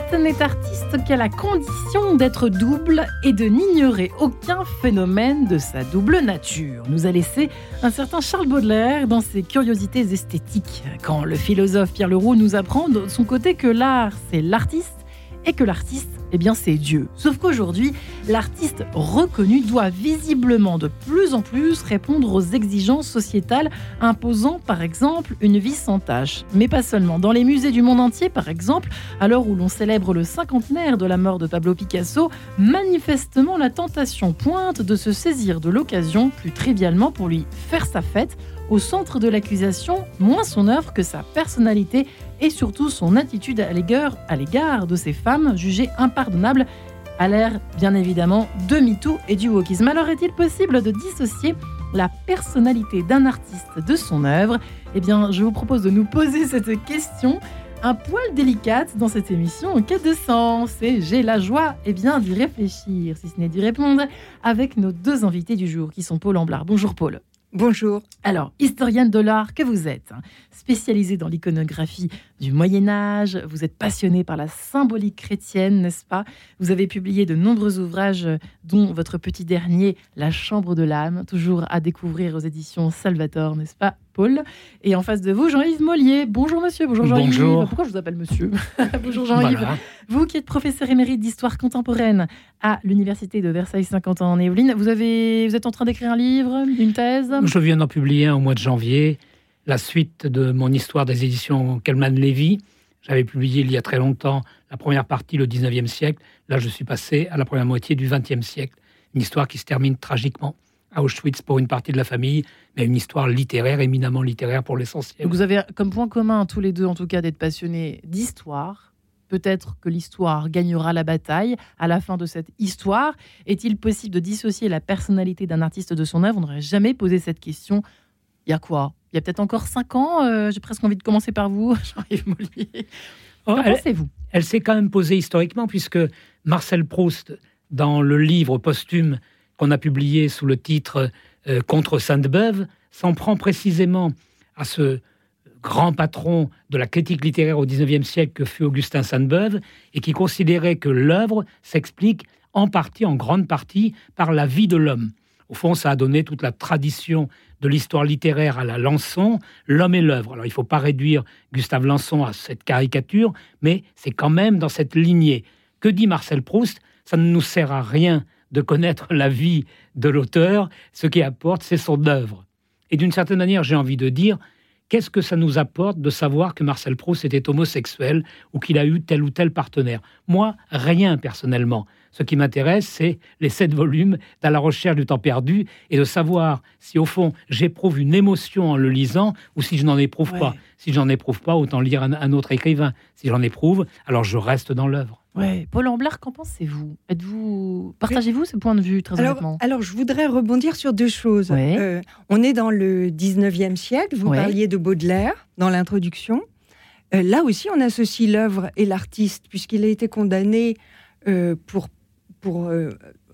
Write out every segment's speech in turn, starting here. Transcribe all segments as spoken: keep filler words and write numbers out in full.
l'artiste n'est artiste qu'à la condition d'être double et de n'ignorer aucun phénomène de sa double nature, nous a laissé un certain Charles Baudelaire dans ses curiosités esthétiques, quand le philosophe Pierre Leroux nous apprend de son côté que l'art, c'est l'artiste, et que l'artiste, eh bien, c'est Dieu. Sauf qu'aujourd'hui, l'artiste reconnu doit visiblement de plus en plus répondre aux exigences sociétales imposant, par exemple, une vie sans tâche. Mais pas seulement. Dans les musées du monde entier, par exemple, à l'heure où l'on célèbre le cinquantenaire de la mort de Pablo Picasso, manifestement, la tentation pointe de se saisir de l'occasion, plus trivialement, pour lui faire sa fête, au centre de l'accusation, moins son œuvre que sa personnalité et surtout son attitude à l'égard, à l'égard de ces femmes jugées impardonnables à l'ère, bien évidemment, de MeToo et du wokisme. Alors, est-il possible de dissocier la personnalité d'un artiste de son œuvre ? Eh bien, je vous propose de nous poser cette question un poil délicate dans cette émission en quête de sens. Et j'ai la joie eh bien, d'y réfléchir, si ce n'est d'y répondre, avec nos deux invités du jour, qui sont Paul Amblard. Bonjour Paul. Bonjour. Alors, historienne de l'art que vous êtes, spécialisée dans l'iconographie du Moyen-Âge, vous êtes passionnée par la symbolique chrétienne, n'est-ce pas ? Vous avez publié de nombreux ouvrages, dont votre petit dernier, La Chambre de l'âme, toujours à découvrir aux éditions Salvator, n'est-ce pas, Paul ? Et en face de vous, Jean-Yves Mollier. Bonjour monsieur, bonjour Jean-Yves. Bonjour. Pourquoi je vous appelle monsieur ? Bonjour Jean-Yves. Voilà. Vous qui êtes professeur émérite d'histoire contemporaine à l'université de Versailles-Saint-Quentin en Yvelines, vous, avez, vous êtes en train d'écrire un livre, une thèse ? Je viens d'en publier un au mois de janvier, la suite de mon histoire des éditions Kellman-Levy. J'avais publié il y a très longtemps la première partie, le dix-neuvième siècle. Là, je suis passé à la première moitié du vingtième siècle. Une histoire qui se termine tragiquement à Auschwitz pour une partie de la famille, mais une histoire littéraire, éminemment littéraire pour l'essentiel. Donc vous avez comme point commun, tous les deux en tout cas, d'être passionnés d'histoire. Peut-être que l'histoire gagnera la bataille à la fin de cette histoire. Est-il possible de dissocier la personnalité d'un artiste de son œuvre ? On n'aurait jamais posé cette question. Il y a quoi ? Il y a peut-être encore cinq ans. euh, J'ai presque envie de commencer par vous, Jean-Yves Mollier. Oh, Qu'en elle, pensez-vous ? Elle s'est quand même posée historiquement, puisque Marcel Proust, dans le livre posthume qu'on a publié sous le titre euh, « Contre Sainte-Beuve », s'en prend précisément à ce grand patron de la critique littéraire au dix-neuvième siècle que fut Augustin Sainte-Beuve, et qui considérait que l'œuvre s'explique en partie, en grande partie, par la vie de l'homme. Au fond, ça a donné toute la tradition de l'histoire littéraire à la Lançon, l'homme et l'œuvre. Alors, il ne faut pas réduire Gustave Lançon à cette caricature, mais c'est quand même dans cette lignée. Que dit Marcel Proust ? Ça ne nous sert à rien de connaître la vie de l'auteur. Ce qui apporte, c'est son œuvre. Et d'une certaine manière, j'ai envie de dire, qu'est-ce que ça nous apporte de savoir que Marcel Proust était homosexuel ou qu'il a eu tel ou tel partenaire ? Moi, rien personnellement. Ce qui m'intéresse, c'est les sept volumes dans la recherche du temps perdu et de savoir si, au fond, j'éprouve une émotion en le lisant ou si je n'en éprouve ouais. pas. Si je n'en éprouve pas, autant lire un, un autre écrivain. Si j'en éprouve, alors je reste dans l'œuvre. Ouais. Paul Amblard, qu'en pensez-vous ? Êtes-vous Partagez-vous ce point de vue, très alors, honnêtement ? Alors, je voudrais rebondir sur deux choses. Ouais. Euh, on est dans le dix-neuvième siècle. Vous ouais. parliez de Baudelaire dans l'introduction. Euh, là aussi, on associe l'œuvre et l'artiste, puisqu'il a été condamné euh, pour, pour euh,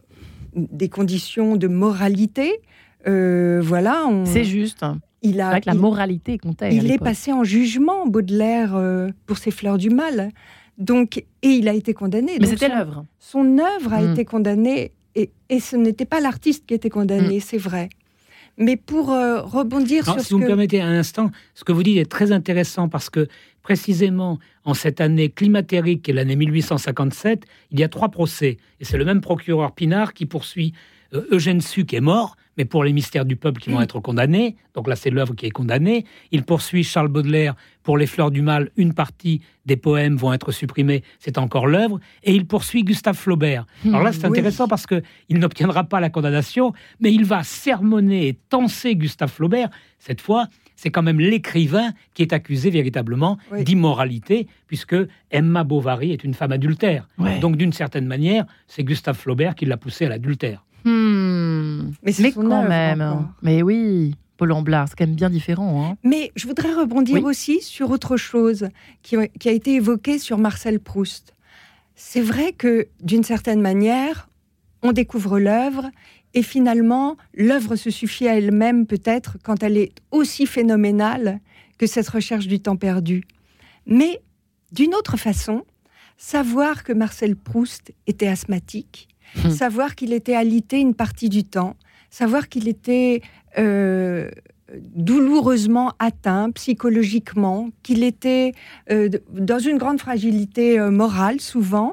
des conditions de moralité. Euh, voilà. On... C'est juste. Il a, c'est vrai que la moralité comptait. Il est passé en jugement, Baudelaire, euh, pour ses fleurs du mal. Donc, et il a été condamné. Mais donc c'était son, l'œuvre. Son œuvre a mmh. été condamnée, et, et ce n'était pas l'artiste qui était condamné, mmh. c'est vrai. Mais pour euh, rebondir Alors, sur si ce vous que... me permettez un instant, ce que vous dites est très intéressant parce que, précisément, en cette année climatérique, qui est l'année mille huit cent cinquante-sept, il y a trois procès. Et c'est le même procureur Pinard qui poursuit euh, Eugène Sue, qui est mort, mais pour les mystères du peuple qui vont être condamnés. Donc là, c'est l'œuvre qui est condamnée. Il poursuit Charles Baudelaire pour Les Fleurs du Mal. Une partie des poèmes vont être supprimés. C'est encore l'œuvre. Et il poursuit Gustave Flaubert. Alors là, c'est intéressant oui. parce qu'il n'obtiendra pas la condamnation, mais il va sermonner et tancer Gustave Flaubert. Cette fois, c'est quand même l'écrivain qui est accusé véritablement oui. d'immoralité, puisque Emma Bovary est une femme adultère. Ouais. Donc, d'une certaine manière, c'est Gustave Flaubert qui l'a poussée à l'adultère. Hmm. Mais, mais quand même, encore. Mais oui, Paul Amblard, c'est quand même bien différent. Hein. Mais je voudrais rebondir oui. aussi sur autre chose qui, qui a été évoquée sur Marcel Proust. C'est vrai que, d'une certaine manière, on découvre l'œuvre et finalement, l'œuvre se suffit à elle-même peut-être quand elle est aussi phénoménale que cette recherche du temps perdu. Mais d'une autre façon, savoir que Marcel Proust était asthmatique, mmh. savoir qu'il était alité une partie du temps, savoir qu'il était euh, douloureusement atteint psychologiquement, qu'il était euh, dans une grande fragilité euh, morale souvent.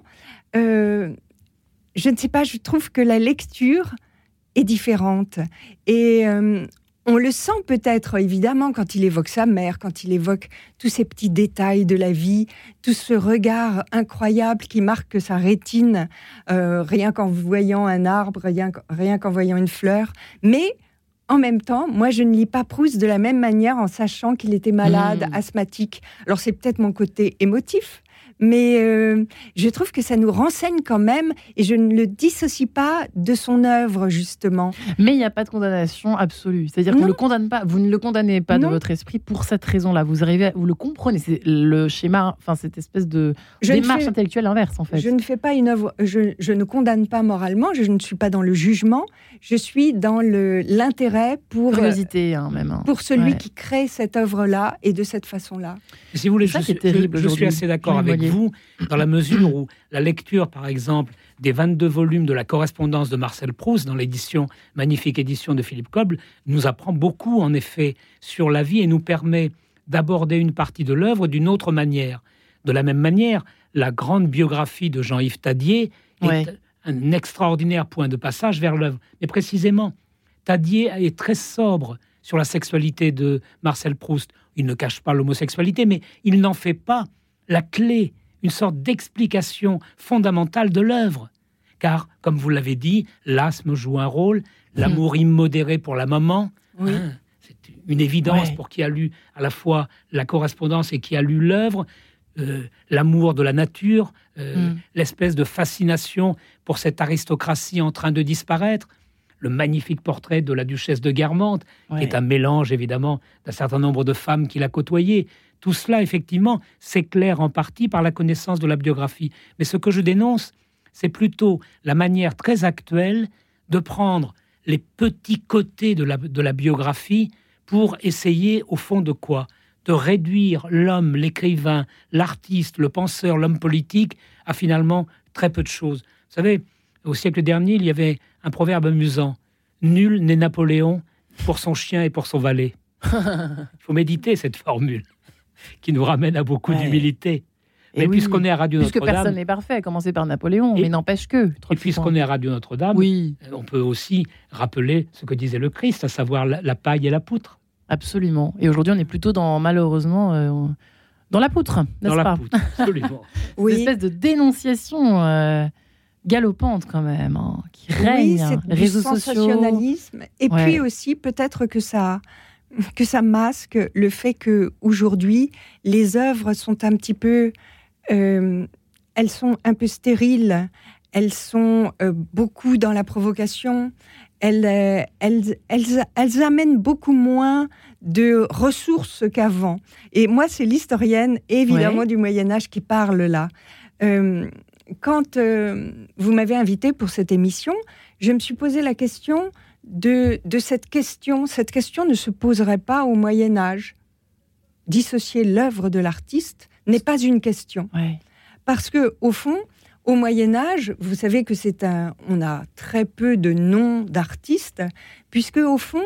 Euh, je ne sais pas, je trouve que la lecture est différente. Et euh, on le sent peut-être, évidemment, quand il évoque sa mère, quand il évoque tous ces petits détails de la vie, tout ce regard incroyable qui marque sa rétine, euh, rien qu'en voyant un arbre, rien, rien qu'en voyant une fleur. Mais en même temps, moi, je ne lis pas Proust de la même manière en sachant qu'il était malade, mmh. asthmatique. Alors, c'est peut-être mon côté émotif, mais euh, je trouve que ça nous renseigne quand même, et je ne le dissocie pas de son œuvre, justement. Mais il n'y a pas de condamnation absolue. C'est-à-dire qu'on le condamne pas, vous ne le condamnez pas non. de votre esprit pour cette raison-là. Vous arrivez, à, vous le comprenez. C'est le schéma, enfin cette espèce de je démarche fais, intellectuelle inverse, en fait. Je ne fais pas une œuvre, je, je ne condamne pas moralement, je ne suis pas dans le jugement, je suis dans le, l'intérêt pour... Curiosité, hein, même. Hein. Pour celui ouais. qui crée cette œuvre-là, et de cette façon-là. Si vous voulez, je, suis, terrible je, je suis assez d'accord avec vous, dans la mesure où la lecture, par exemple, des vingt-deux volumes de la correspondance de Marcel Proust, dans l'édition, magnifique édition de Philippe Coble, nous apprend beaucoup, en effet, sur la vie et nous permet d'aborder une partie de l'œuvre d'une autre manière. De la même manière, la grande biographie de Jean-Yves Thadier ouais. est un extraordinaire point de passage vers l'œuvre. Mais précisément, Thadier est très sobre sur la sexualité de Marcel Proust. Il ne cache pas l'homosexualité, mais il n'en fait pas la clé, une sorte d'explication fondamentale de l'œuvre. Car, comme vous l'avez dit, l'asthme joue un rôle, l'amour immodéré pour la maman, oui. hein, c'est une évidence ouais. pour qui a lu à la fois la correspondance et qui a lu l'œuvre, euh, l'amour de la nature, euh, mm. l'espèce de fascination pour cette aristocratie en train de disparaître, le magnifique portrait de la duchesse de Guermantes, ouais. qui est un mélange, évidemment, d'un certain nombre de femmes qu'il a côtoyées. Tout cela, effectivement, s'éclaire en partie par la connaissance de la biographie. Mais ce que je dénonce, c'est plutôt la manière très actuelle de prendre les petits côtés de la, de la biographie pour essayer, au fond de quoi ? De réduire l'homme, l'écrivain, l'artiste, le penseur, l'homme politique à finalement très peu de choses. Vous savez, au siècle dernier, il y avait un proverbe amusant. « Nul n'est Napoléon pour son chien et pour son valet. » Il faut méditer cette formule qui nous ramène à beaucoup ouais. d'humilité. Mais oui, puisqu'on est à Radio Puisque Notre-Dame... Puisque personne n'est parfait, à commencer par Napoléon, et, mais n'empêche que... Et puisqu'on est à Radio Notre-Dame, oui. on peut aussi rappeler ce que disait le Christ, à savoir la, la paille et la poutre. Absolument. Et aujourd'hui, on est plutôt dans, malheureusement, euh, dans la poutre, n'est-ce dans pas ? Dans la poutre, absolument. oui. Une espèce de dénonciation euh, galopante, quand même, hein, qui règne. Oui, c'est les du réseaux sensationnalisme. sociaux. Et ouais. puis aussi, peut-être que ça... que ça masque le fait qu'aujourd'hui, les œuvres sont un petit peu... Euh, elles sont un peu stériles, elles sont euh, beaucoup dans la provocation, elles, euh, elles, elles, elles amènent beaucoup moins de ressources qu'avant. Et moi, c'est l'historienne, évidemment, ouais. du Moyen-Âge qui parle là. Euh, quand euh, vous m'avez invitée pour cette émission, je me suis posé la question... De, de cette question. Cette question ne se poserait pas au Moyen-Âge. Dissocier l'œuvre de l'artiste n'est pas une question. Ouais. Parce que, au fond, au Moyen-Âge, vous savez que c'est un, on a très peu de noms d'artistes, puisque, au fond,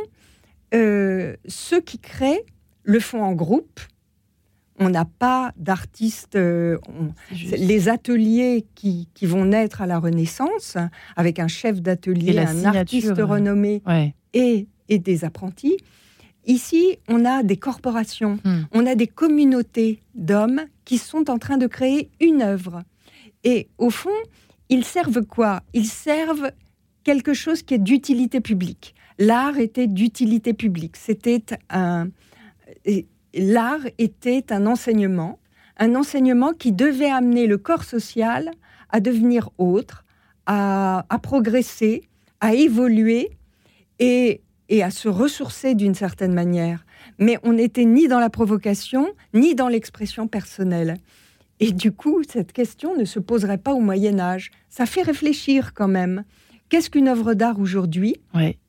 euh, ceux qui créent le font en groupe. On n'a pas d'artistes, euh, on, les ateliers qui, qui vont naître à la Renaissance, avec un chef d'atelier, un artiste renommé ouais. et, et des apprentis. Ici, on a des corporations, hmm. on a des communautés d'hommes qui sont en train de créer une œuvre. Et au fond, ils servent quoi ? Ils servent quelque chose qui est d'utilité publique. L'art était d'utilité publique. C'était un... L'art était un enseignement, un enseignement qui devait amener le corps social à devenir autre, à, à progresser, à évoluer et, et à se ressourcer d'une certaine manière. Mais on n'était ni dans la provocation, ni dans l'expression personnelle. Et du coup, cette question ne se poserait pas au Moyen-Âge. Ça fait réfléchir quand même. Qu'est-ce qu'une œuvre d'art aujourd'hui ? ouais.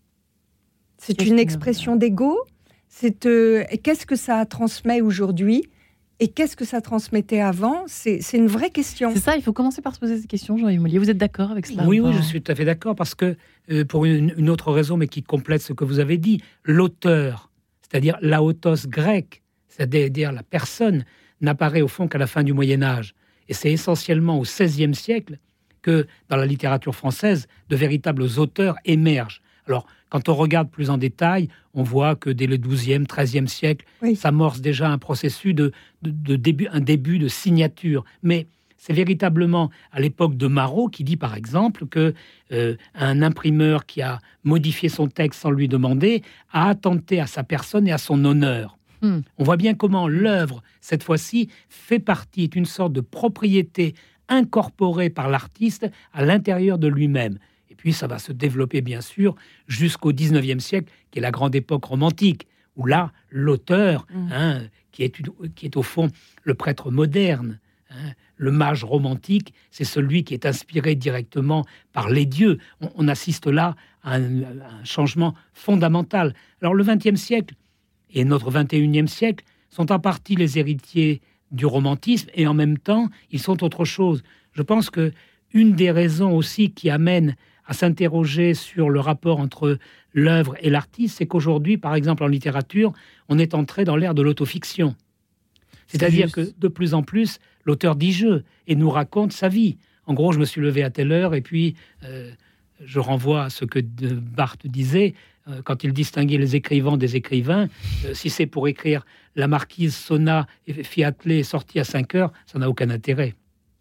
C'est Qu'est-ce une expression d'ego ? C'est, euh, qu'est-ce que ça transmet aujourd'hui ? Et qu'est-ce que ça transmettait avant ? c'est, c'est une vraie question. C'est ça, il faut commencer par se poser cette question, Jean-Yves Mollier. Vous êtes d'accord avec cela ? Oui, oui, je suis tout à fait d'accord, parce que, euh, pour une, une autre raison, mais qui complète ce que vous avez dit, l'auteur, c'est-à-dire l'aotos grec, c'est-à-dire la personne, n'apparaît au fond qu'à la fin du Moyen-Âge. Et c'est essentiellement au seizième siècle que, dans la littérature française, de véritables auteurs émergent. Alors, quand on regarde plus en détail, on voit que dès le douzième, treizième siècle, oui. s'amorce déjà un processus de, de, de début, un début de signature. Mais c'est véritablement à l'époque de Marot qui dit, par exemple, que euh, un imprimeur qui a modifié son texte sans lui demander a attenté à sa personne et à son honneur. Hmm. On voit bien comment l'œuvre, cette fois-ci, fait partie, est une sorte de propriété incorporée par l'artiste à l'intérieur de lui-même. Puis ça va se développer, bien sûr, jusqu'au dix-neuvième siècle, qui est la grande époque romantique, où là, l'auteur, mmh. hein, qui, est, qui est au fond le prêtre moderne, hein, le mage romantique, c'est celui qui est inspiré directement par les dieux. On, on assiste là à un, à un changement fondamental. Alors le vingtième siècle et notre vingt et unième siècle sont en partie les héritiers du romantisme, et en même temps, ils sont autre chose. Je pense que une des raisons aussi qui amène à s'interroger sur le rapport entre l'œuvre et l'artiste, c'est qu'aujourd'hui, par exemple en littérature, on est entré dans l'ère de l'autofiction. C'est-à-dire que de plus en plus, l'auteur dit je et nous raconte sa vie. En gros, je me suis levé à telle heure et puis euh, je renvoie à ce que Barthes disait euh, quand il distinguait les écrivains des écrivains. Euh, si c'est pour écrire « La marquise sonna et fit atteler et sortit à cinq heures », ça n'a aucun intérêt.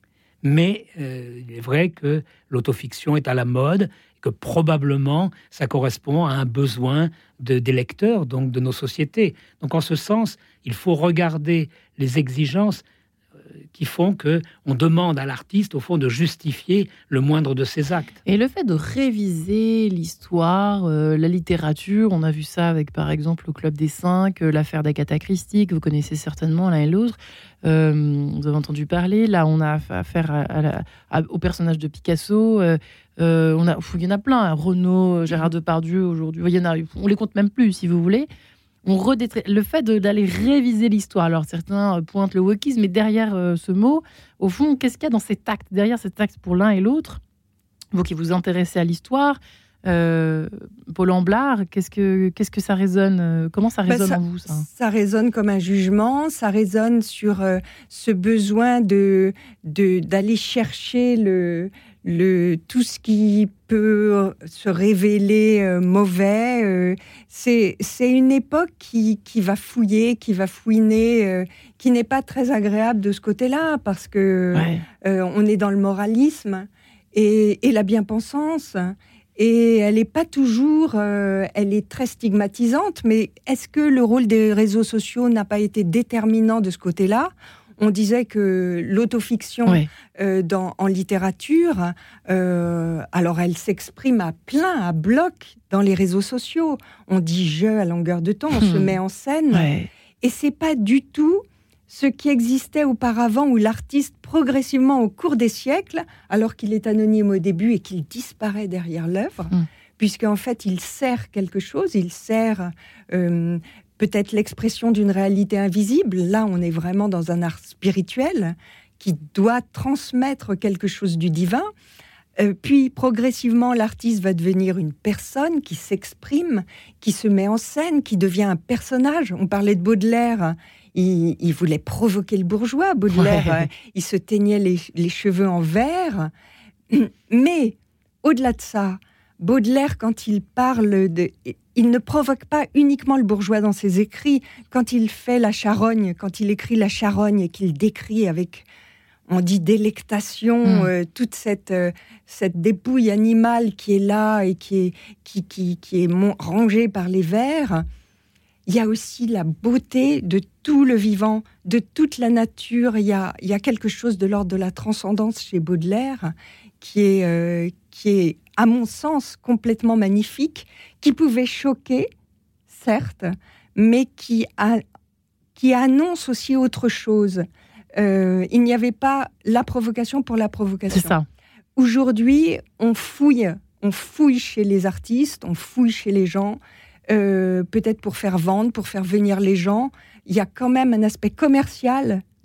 Mais euh, il est vrai que l'autofiction est à la mode, que probablement ça correspond à un besoin de, des lecteurs, donc de nos sociétés. Donc en ce sens, il faut regarder les exigences qui font qu'on demande à l'artiste, au fond, de justifier le moindre de ses actes. Et le fait de réviser l'histoire, euh, la littérature, on a vu ça avec, par exemple, le Club des Cinq, euh, l'affaire d'Agatha Christie, que vous connaissez certainement l'un et l'autre. Euh, vous avez entendu parler. Là, on a affaire à, à, à, au personnage de Picasso. Euh, euh, on a, il y en a plein. Hein, Renaud, Gérard Depardieu, aujourd'hui. Il y en a, on les compte même plus, si vous voulez. On redétrait... Le fait de, d'aller réviser l'histoire, alors certains pointent le wokisme, mais derrière euh, ce mot, au fond, qu'est-ce qu'il y a dans cet acte, derrière cet acte pour l'un et l'autre, vous qui vous intéressez à l'histoire, euh, Paul Amblard, qu'est-ce que, qu'est-ce que ça résonne, comment ça résonne ben ça, en vous ça, ça résonne comme un jugement, ça résonne sur euh, ce besoin de, de, d'aller chercher le... Le, tout ce qui peut se révéler euh, mauvais, euh, c'est, c'est une époque qui, qui va fouiller, qui va fouiner, euh, qui n'est pas très agréable de ce côté-là, parce que ouais. euh, on est dans le moralisme et, et la bien-pensance, et elle n'est pas toujours, euh, elle est très stigmatisante, mais est-ce que le rôle des réseaux sociaux n'a pas été déterminant de ce côté-là ? On disait que l'autofiction oui. euh, dans, en littérature, euh, alors elle s'exprime à plein, à bloc dans les réseaux sociaux. On dit « je » à longueur de temps, on mmh. se met en scène. Ouais. Et c'est pas du tout ce qui existait auparavant, où l'artiste, progressivement au cours des siècles, alors qu'il est anonyme au début et qu'il disparaît derrière l'œuvre, mmh. puisqu'en fait il sert quelque chose, il sert... Euh, peut-être l'expression d'une réalité invisible. Là, on est vraiment dans un art spirituel qui doit transmettre quelque chose du divin. Euh, puis, progressivement, l'artiste va devenir une personne qui s'exprime, qui se met en scène, qui devient un personnage. On parlait de Baudelaire. Il, il voulait provoquer le bourgeois. Baudelaire, ouais. euh, il se teignait les, les cheveux en vert. Mais, au-delà de ça, Baudelaire, quand il parle de... Il ne provoque pas uniquement le bourgeois dans ses écrits. Quand il fait la charogne, quand il écrit la charogne et qu'il décrit avec, on dit délectation, mmh. euh, toute cette, euh, cette dépouille animale qui est là et qui est, qui, qui, qui est mon, rangée par les vers, il y a aussi la beauté de tout le vivant, de toute la nature. Il y a, il y a quelque chose de l'ordre de la transcendance chez Baudelaire qui est, euh, qui est à mon sens, complètement magnifique, qui pouvait choquer, certes, mais qui, a, qui annonce aussi autre chose. Euh, il n'y avait pas la provocation pour la provocation. C'est ça. Aujourd'hui, on fouille, on fouille chez les artistes, on fouille chez les gens, euh, peut-être pour faire vendre, pour faire venir les gens. Il y a quand même un aspect commercial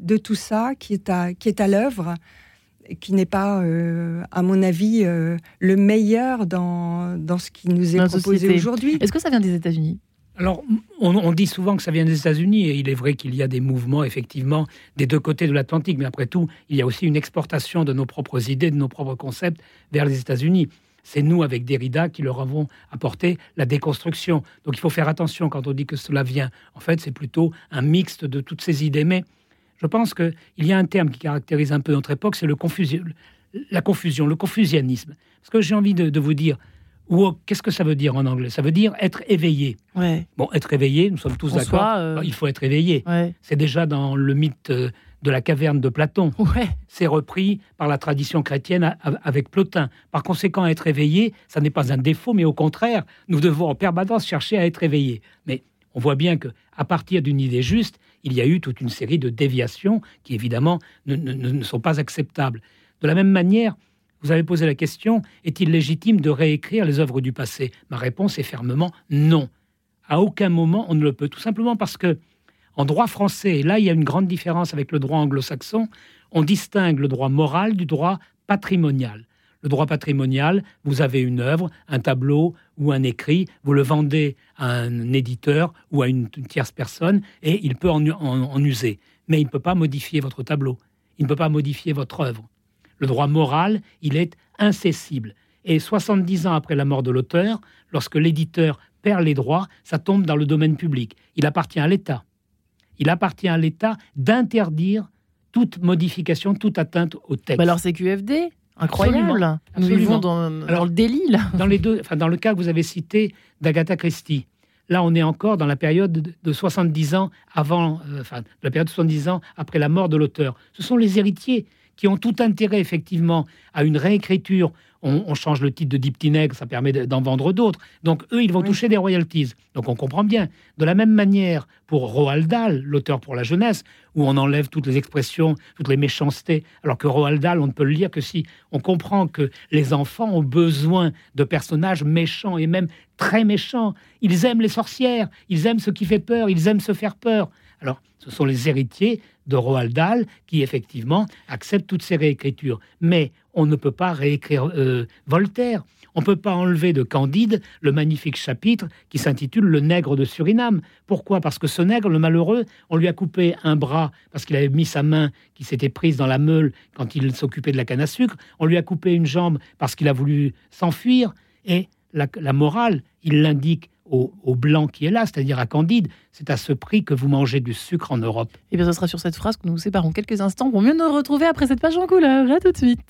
de tout ça qui est à, qui est à l'œuvre, qui n'est pas, euh, à mon avis, euh, le meilleur dans, dans ce qui nous est dans proposé société. aujourd'hui. Est-ce que ça vient des États-Unis ? Alors, on, on dit souvent que ça vient des États-Unis, et il est vrai qu'il y a des mouvements, effectivement, des deux côtés de l'Atlantique, mais après tout, il y a aussi une exportation de nos propres idées, de nos propres concepts vers les États-Unis. C'est nous, avec Derrida, qui leur avons apporté la déconstruction. Donc il faut faire attention quand on dit que cela vient. En fait, c'est plutôt un mixte de toutes ces idées. Mais je pense qu'il y a un terme qui caractérise un peu notre époque, c'est le confusion, la confusion, le confucianisme. Parce que j'ai envie de, de vous dire, woke, qu'est-ce que ça veut dire en anglais ? Ça veut dire être éveillé. Ouais. Bon, être éveillé, nous sommes tous En d'accord, soi, euh... il faut être éveillé. Ouais. C'est déjà dans le mythe de la caverne de Platon. Ouais. C'est repris par la tradition chrétienne avec Plotin. Par conséquent, être éveillé, ça n'est pas un défaut, mais au contraire, nous devons en permanence chercher à être éveillés. Mais on voit bien qu'à partir d'une idée juste, il y a eu toute une série de déviations qui, évidemment, ne, ne, ne sont pas acceptables. De la même manière, vous avez posé la question, est-il légitime de réécrire les œuvres du passé ? Ma réponse est fermement non. À aucun moment, on ne le peut. Tout simplement parce que, en droit français, et là, il y a une grande différence avec le droit anglo-saxon, on distingue le droit moral du droit patrimonial. Le droit patrimonial, vous avez une œuvre, un tableau ou un écrit, vous le vendez à un éditeur ou à une, une tierce personne et il peut en, en, en user. Mais il ne peut pas modifier votre tableau, il ne peut pas modifier votre œuvre. Le droit moral, il est incessible. Et soixante-dix ans après la mort de l'auteur, lorsque l'éditeur perd les droits, ça tombe dans le domaine public. Il appartient à l'État. Il appartient à l'État d'interdire toute modification, toute atteinte au texte. Bah alors c'est Q F D, incroyable. Absolument. Nous Absolument. vivons dans, alors, dans le délit, là. Dans, les deux, enfin, dans le cas que vous avez cité d'Agatha Christie, là on est encore dans la période de soixante-dix ans avant, euh, enfin, la période de soixante-dix ans après la mort de l'auteur. Ce sont les héritiers qui ont tout intérêt, effectivement, à une réécriture. On, on change le titre de Diptynègre, ça permet d'en vendre d'autres. Donc, eux, ils vont oui. toucher des royalties. Donc, on comprend bien. De la même manière, pour Roald Dahl, l'auteur pour la jeunesse, où on enlève toutes les expressions, toutes les méchancetés, alors que Roald Dahl, on ne peut le lire que si on comprend que les enfants ont besoin de personnages méchants et même très méchants. Ils aiment les sorcières, ils aiment ce qui fait peur, ils aiment se faire peur. Alors, ce sont les héritiers de Roald Dahl qui, effectivement, acceptent toutes ces réécritures. Mais on ne peut pas réécrire euh, Voltaire. On ne peut pas enlever de Candide le magnifique chapitre qui s'intitule « Le nègre de Suriname ». Pourquoi ? Parce que ce nègre, le malheureux, on lui a coupé un bras parce qu'il avait mis sa main qui s'était prise dans la meule quand il s'occupait de la canne à sucre. On lui a coupé une jambe parce qu'il a voulu s'enfuir. Et la, la morale, il l'indique Au, au blanc qui est là, c'est-à-dire à Candide, c'est à ce prix que vous mangez du sucre en Europe. Et bien ce sera sur cette phrase que nous nous séparons quelques instants pour mieux nous retrouver après cette page en couleur. À tout de suite.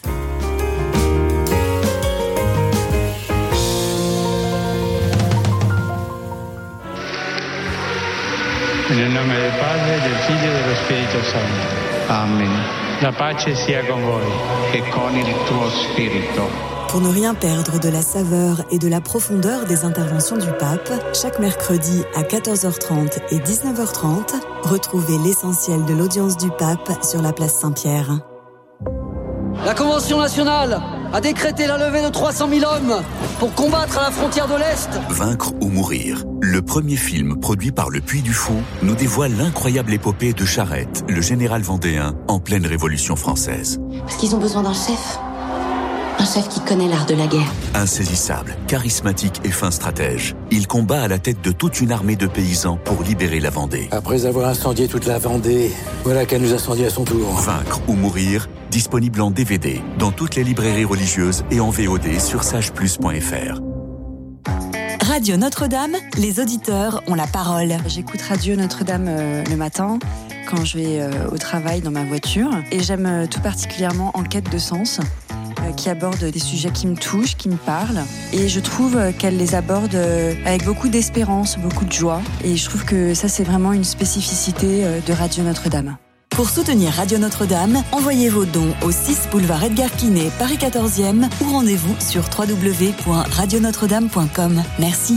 Nel nome del Padre, del Figlio e dello Spirito Santo. Amen. La pace sia con voi. E con il tuo spirito. Pour ne rien perdre de la saveur et de la profondeur des interventions du pape, chaque mercredi à quatorze heures trente et dix-neuf heures trente, retrouvez l'essentiel de l'audience du pape sur la place Saint-Pierre. La Convention nationale a décrété la levée de trois cent mille hommes pour combattre à la frontière de l'Est. Vaincre ou mourir. Le premier film produit par le Puy du Fou nous dévoile l'incroyable épopée de Charette, le général vendéen, en pleine Révolution française. Parce qu'ils ont besoin d'un chef. Un chef qui connaît l'art de la guerre. Insaisissable, charismatique et fin stratège, il combat à la tête de toute une armée de paysans pour libérer la Vendée. Après avoir incendié toute la Vendée, voilà qu'elle nous incendie à son tour. Vaincre ou mourir, disponible en D V D, dans toutes les librairies religieuses et en V O D sur sage plus point f r. Radio Notre-Dame, les auditeurs ont la parole. J'écoute Radio Notre-Dame euh, le matin, quand je vais euh, au travail dans ma voiture. Et j'aime euh, tout particulièrement En quête de sens, euh, qui aborde des sujets qui me touchent, qui me parlent. Et je trouve euh, qu'elle les aborde euh, avec beaucoup d'espérance, beaucoup de joie. Et je trouve que ça, c'est vraiment une spécificité euh, de Radio Notre-Dame. Pour soutenir Radio Notre-Dame, envoyez vos dons au six boulevard Edgar Quinet, Paris quatorzième ou rendez-vous sur w w w point radio notre dame point com. Merci.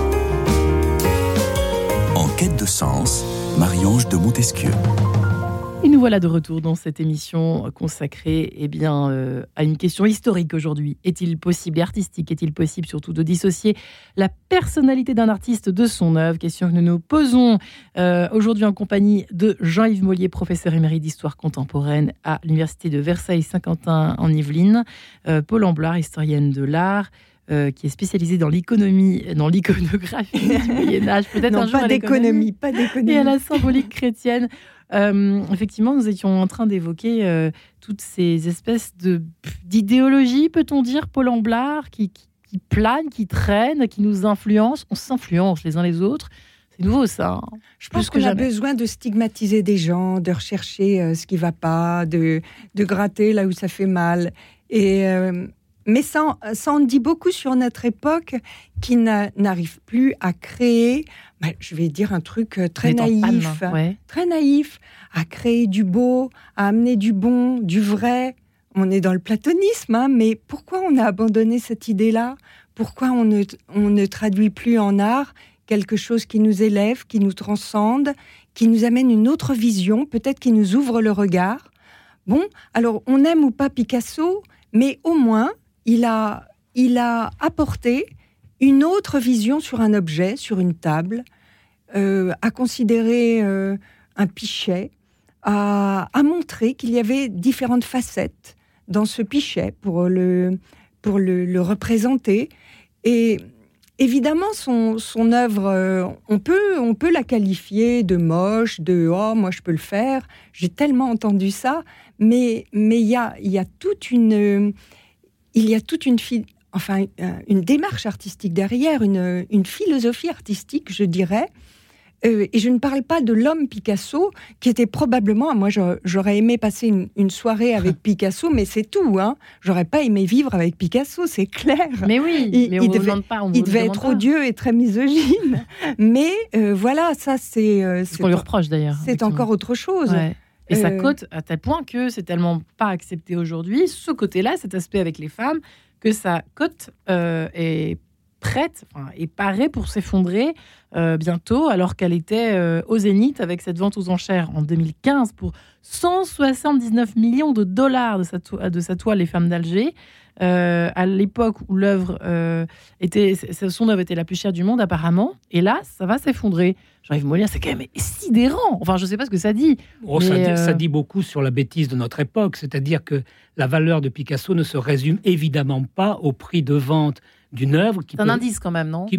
En quête de sens, Marie-Ange de Montesquieu. Et nous voilà de retour dans cette émission consacrée eh bien, euh, à une question historique aujourd'hui. Est-il possible, et artistique, est-il possible surtout de dissocier la personnalité d'un artiste de son œuvre? Question que nous nous posons euh, aujourd'hui en compagnie de Jean-Yves Mollier, professeur émérite d'histoire contemporaine à l'Université de Versailles-Saint-Quentin en Yvelines, euh, Paul Amblard, historienne de l'art, Euh, qui est spécialisée dans l'économie, dans l'iconographie du Moyen-Âge, peut-être non, un jour pas à d'économie, pas d'économie. Et à la symbolique chrétienne. Euh, effectivement, nous étions en train d'évoquer euh, toutes ces espèces de, d'idéologies, peut-on dire, Paul Amblard, qui, qui, qui planent, qui traînent, qui nous influencent. On s'influence les uns les autres. C'est nouveau, ça. Hein. Je pense qu'on a besoin de stigmatiser des gens, de rechercher euh, ce qui ne va pas, de, de gratter là où ça fait mal. Et... Euh, Mais ça, ça en dit beaucoup sur notre époque qui n'a, n'arrive plus à créer, bah, je vais dire un truc très naïf, panne, ouais. très naïf, à créer du beau, à amener du bon, du vrai. On est dans le platonisme, hein, mais pourquoi on a abandonné cette idée-là ? Pourquoi on ne, on ne traduit plus en art quelque chose qui nous élève, qui nous transcende, qui nous amène une autre vision, peut-être qui nous ouvre le regard ? Bon, alors on aime ou pas Picasso, mais au moins... Il a, il a apporté une autre vision sur un objet, sur une table, euh, à considérer euh, un pichet, à, à montrer qu'il y avait différentes facettes dans ce pichet pour le, pour le, le représenter. Et évidemment, son, son œuvre, euh, on peut, on peut la qualifier de moche, de « oh, moi je peux le faire ». J'ai tellement entendu ça, mais mais il y a, y a toute une... Il y a toute une, fi- enfin, une démarche artistique derrière, une, une philosophie artistique, je dirais. Euh, et je ne parle pas de l'homme Picasso, qui était probablement... Moi, j'aurais aimé passer une, une soirée avec Picasso, mais c'est tout. Hein. J'aurais pas aimé vivre avec Picasso, c'est clair. Mais oui, il, mais on il ne devait, demande pas. On il devait être pas. odieux et très misogyne. Mais euh, voilà, ça, c'est... Euh, c'est ce qu'on lui reproche, d'ailleurs. C'est encore autre chose. Ouais. Et ça Euh, cote à tel point que c'est tellement pas accepté aujourd'hui, ce côté-là, cet aspect avec les femmes, que sa cote euh, est prête, enfin, est parée pour s'effondrer euh, bientôt, alors qu'elle était euh, au zénith avec cette vente aux enchères en deux mille quinze pour cent soixante-dix-neuf millions de dollars de sa, to- de sa toile Les Femmes d'Alger. Euh, à l'époque où l'œuvre euh, était, son œuvre était la plus chère du monde apparemment, et là, ça va s'effondrer. Jean-Yves Mollier, c'est quand même sidérant. Enfin, je ne sais pas ce que ça dit. Oh, mais ça, euh... ça dit beaucoup sur la bêtise de notre époque, c'est-à-dire que la valeur de Picasso ne se résume évidemment pas au prix de vente d'une œuvre. Qui c'est un peut, indice quand même, non qui,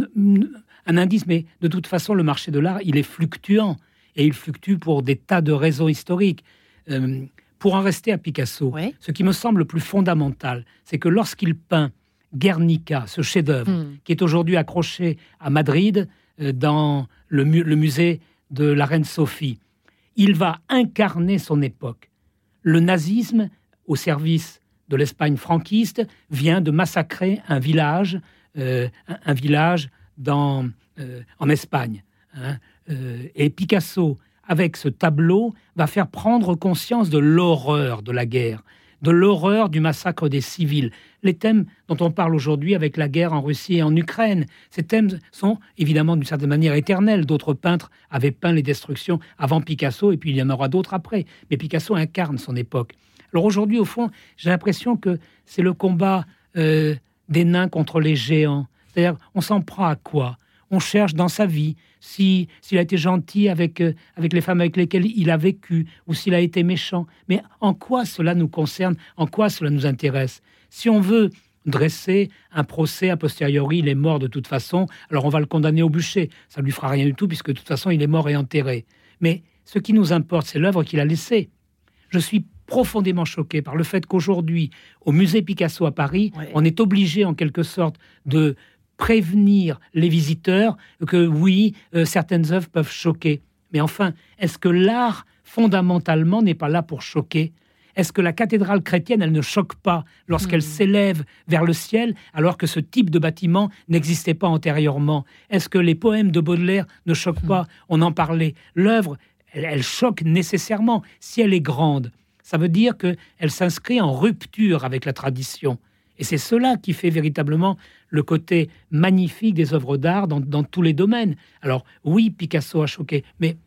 Un indice, mais de toute façon, le marché de l'art, il est fluctuant, et il fluctue pour des tas de raisons historiques. Euh, Pour en rester à Picasso, ouais. ce qui me semble le plus fondamental, c'est que lorsqu'il peint Guernica, ce chef-d'œuvre, mmh. qui est aujourd'hui accroché à Madrid, euh, dans le, mu- le musée de la Reine Sophie, il va incarner son époque. Le nazisme, au service de l'Espagne franquiste, vient de massacrer un village, euh, un, un village dans, euh, en Espagne. Hein, euh, et Picasso, avec ce tableau, va faire prendre conscience de l'horreur de la guerre, de l'horreur du massacre des civils. Les thèmes dont on parle aujourd'hui avec la guerre en Russie et en Ukraine, ces thèmes sont évidemment d'une certaine manière éternels. D'autres peintres avaient peint les destructions avant Picasso, et puis il y en aura d'autres après. Mais Picasso incarne son époque. Alors aujourd'hui, au fond, j'ai l'impression que c'est le combat euh, des nains contre les géants. C'est-à-dire, on s'en prend à quoi ? On cherche dans sa vie si, s'il a été gentil avec, euh, avec les femmes avec lesquelles il a vécu, ou s'il a été méchant. Mais en quoi cela nous concerne ? En quoi cela nous intéresse ? Si on veut dresser un procès a posteriori, il est mort de toute façon, alors on va le condamner au bûcher. Ça ne lui fera rien du tout, puisque de toute façon, il est mort et enterré. Mais ce qui nous importe, c'est l'œuvre qu'il a laissée. Je suis profondément choqué par le fait qu'aujourd'hui, au musée Picasso à Paris, ouais. on est obligé en quelque sorte de prévenir les visiteurs que oui, euh, certaines œuvres peuvent choquer. Mais enfin, est-ce que l'art, fondamentalement, n'est pas là pour choquer ? Est-ce que la cathédrale chrétienne, elle ne choque pas lorsqu'elle mmh. s'élève vers le ciel, alors que ce type de bâtiment n'existait pas antérieurement ? Est-ce que les poèmes de Baudelaire ne choquent mmh. pas ? On en parlait. L'œuvre, elle, elle choque nécessairement. Si elle est grande, ça veut dire qu'elle s'inscrit en rupture avec la tradition. Et c'est cela qui fait véritablement le côté magnifique des œuvres d'art dans, dans tous les domaines. Alors oui, Picasso a choqué, mais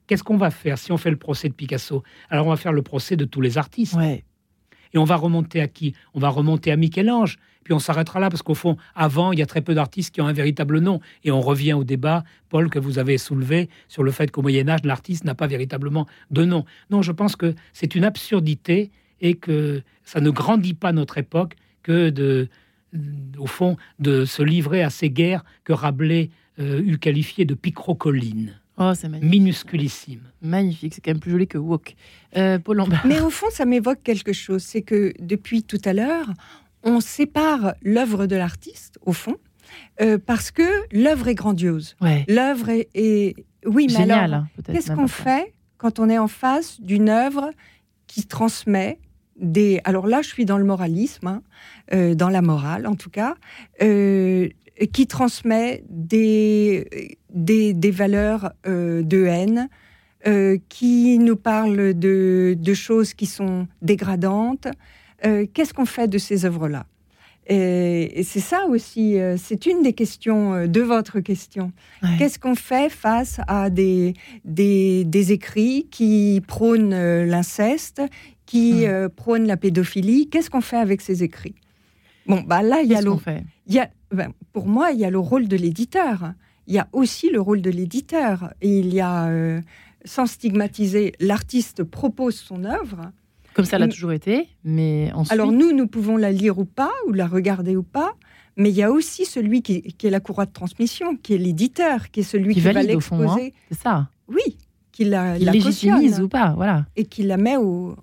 qu'est-ce qu'on va faire si on fait le procès de Picasso? Alors on va faire le procès de tous les artistes. Ouais. Et on va remonter à qui? On va remonter à Michel-Ange. Puis on s'arrêtera là, parce qu'au fond, avant, il y a très peu d'artistes qui ont un véritable nom. Et on revient au débat, Paul, que vous avez soulevé sur le fait qu'au Moyen-Âge, l'artiste n'a pas véritablement de nom. Non, je pense que c'est une absurdité et que ça ne grandit pas notre époque que, de, au fond, de se livrer à ces guerres que Rabelais euh, eut qualifiées de picrocollines. Oh, c'est magnifique. Minusculissime. Magnifique, c'est quand même plus joli que Wok. Euh, Paul Lambert. Mais au fond, ça m'évoque quelque chose. C'est que depuis tout à l'heure, on sépare l'œuvre de l'artiste, au fond, euh, parce que l'œuvre est grandiose. Ouais. L'œuvre est, est... Oui, mais Génial, alors, hein, peut-être qu'est-ce même qu'on parfois. fait quand on est en face d'une œuvre qui transmet des... Alors là, je suis dans le moralisme, hein, euh, dans la morale en tout cas, euh, qui transmet des, des, des valeurs euh, de haine, euh, qui nous parle de, de choses qui sont dégradantes. Euh, qu'est-ce qu'on fait de ces œuvres-là? Et, et c'est ça aussi, euh, c'est une des questions euh, de votre question. Ouais. Qu'est-ce qu'on fait face à des, des, des écrits qui prônent euh, l'inceste, qui Mmh. euh, prônent la pédophilie? Qu'est-ce qu'on fait avec ces écrits? Bon, bah là, il y a Qu'est-ce le, qu'on fait? il y a, ben, pour moi, il y a le rôle de l'éditeur. Il y a aussi le rôle de l'éditeur. Et il y a, euh, sans stigmatiser, l'artiste propose son œuvre. Comme ça l'a Mm. toujours été, mais ensuite... Alors nous, nous pouvons la lire ou pas, ou la regarder ou pas, mais il y a aussi celui qui, qui est la courroie de transmission, qui est l'éditeur, qui est celui qui qui, va valide au fond, hein, l'exposer. c'est ça. Oui, qui la, Qui la légitimise cautionne ou pas, voilà. et qui la met au,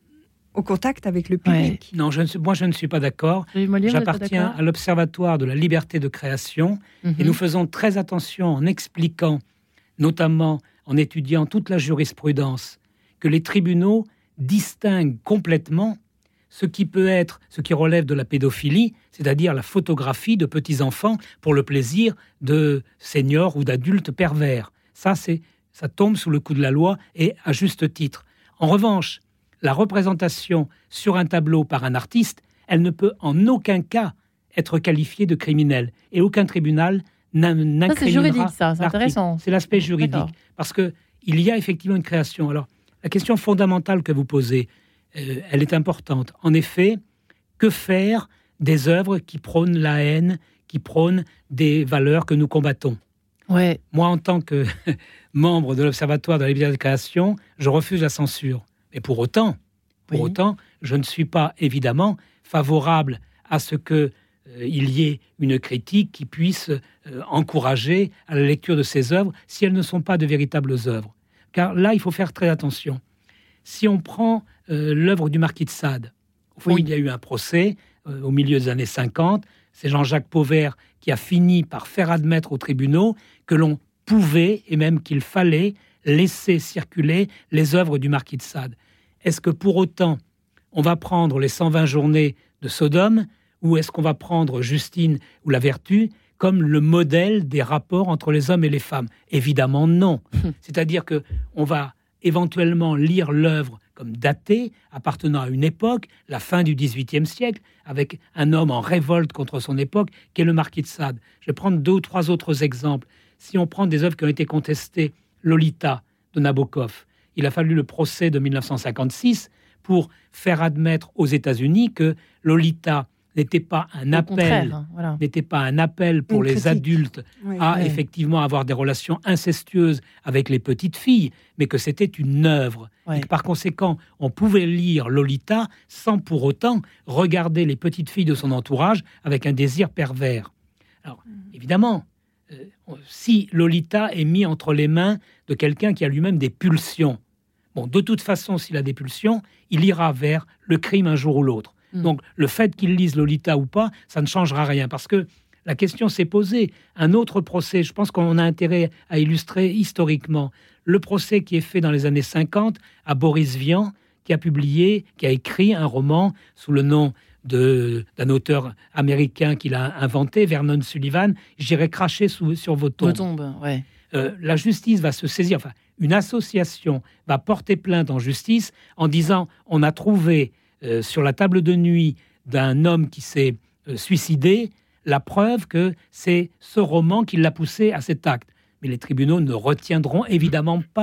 au contact avec le public. Non, je ne suis- moi je ne suis pas d'accord. Louis Mollier, vous êtes pas J'appartiens d'accord à l'Observatoire de la liberté de création Mhm. et nous faisons très attention en expliquant, notamment en étudiant toute la jurisprudence, que les tribunaux distinguent complètement ce qui peut être, ce qui relève de la pédophilie, c'est-à-dire la photographie de petits-enfants pour le plaisir de seniors ou d'adultes pervers. Ça, c'est, ça tombe sous le coup de la loi et à juste titre. En revanche, la représentation sur un tableau par un artiste, elle ne peut en aucun cas être qualifiée de criminelle. Et aucun tribunal n'in- n'incriminera c'est juridique, ça, c'est l'artiste. intéressant. C'est l'aspect juridique. D'accord. Parce qu'il y a effectivement une création. Alors, la question fondamentale que vous posez, euh, elle est importante. En effet, que faire des œuvres qui prônent la haine, qui prônent des valeurs que nous combattons? Ouais. Moi, en tant que membre de l'Observatoire de la liberté de création, je refuse la censure. Mais pour autant, pour Oui. autant, je ne suis pas évidemment favorable à ce que euh, il y ait une critique qui puisse euh, encourager à la lecture de ces œuvres si elles ne sont pas de véritables œuvres. Car là, il faut faire très attention. Si on prend euh, l'œuvre du Marquis de Sade, au fond, Oui. il y a eu un procès euh, au milieu des années cinquante. C'est Jean-Jacques Pauvert qui a fini par faire admettre aux tribunaux que l'on pouvait, et même qu'il fallait, laisser circuler les œuvres du Marquis de Sade. Est-ce que pour autant, on va prendre les cent vingt journées de Sodome, ou est-ce qu'on va prendre Justine ou La Vertu comme le modèle des rapports entre les hommes et les femmes? Évidemment non. C'est-à-dire que on va éventuellement lire l'œuvre comme datée, appartenant à une époque, la fin du dix-huitième siècle, avec un homme en révolte contre son époque, qui est le Marquis de Sade. Je vais prendre deux ou trois autres exemples. Si on prend des œuvres qui ont été contestées, Lolita de Nabokov, il a fallu le procès de mille neuf cent cinquante-six pour faire admettre aux États-Unis que Lolita n'était pas un Au appel, contraire, hein, voilà. n'était pas un appel pour Une les critique. adultes Oui. à Ouais. effectivement avoir des relations incestueuses avec les petites filles, mais que c'était une œuvre. Ouais. Et que par conséquent, on pouvait lire Lolita sans pour autant regarder les petites filles de son entourage avec un désir pervers. Alors, évidemment, euh, si Lolita est mis entre les mains de quelqu'un qui a lui-même des pulsions, bon, de toute façon, s'il a des pulsions, il ira vers le crime un jour ou l'autre. Mm. Donc, le fait qu'il lise Lolita ou pas, ça ne changera rien, parce que la question s'est posée. Un autre procès, je pense qu'on a intérêt à illustrer historiquement, le procès qui est fait dans les années cinquante à Boris Vian, qui a publié, qui a écrit un roman sous le nom de, d'un auteur américain qu'il a inventé, Vernon Sullivan, « J'irai cracher sous, sur vos tombes ». Vos tombes, ouais. Euh, la justice va se saisir, enfin, une association va porter plainte en justice en disant on a trouvé euh, sur la table de nuit d'un homme qui s'est euh, suicidé la preuve que c'est ce roman qui l'a poussé à cet acte. Mais les tribunaux ne retiendront évidemment pas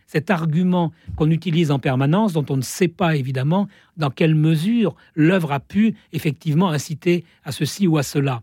cet argument qu'on utilise en permanence, dont on ne sait pas évidemment dans quelle mesure l'œuvre a pu effectivement inciter à ceci ou à cela.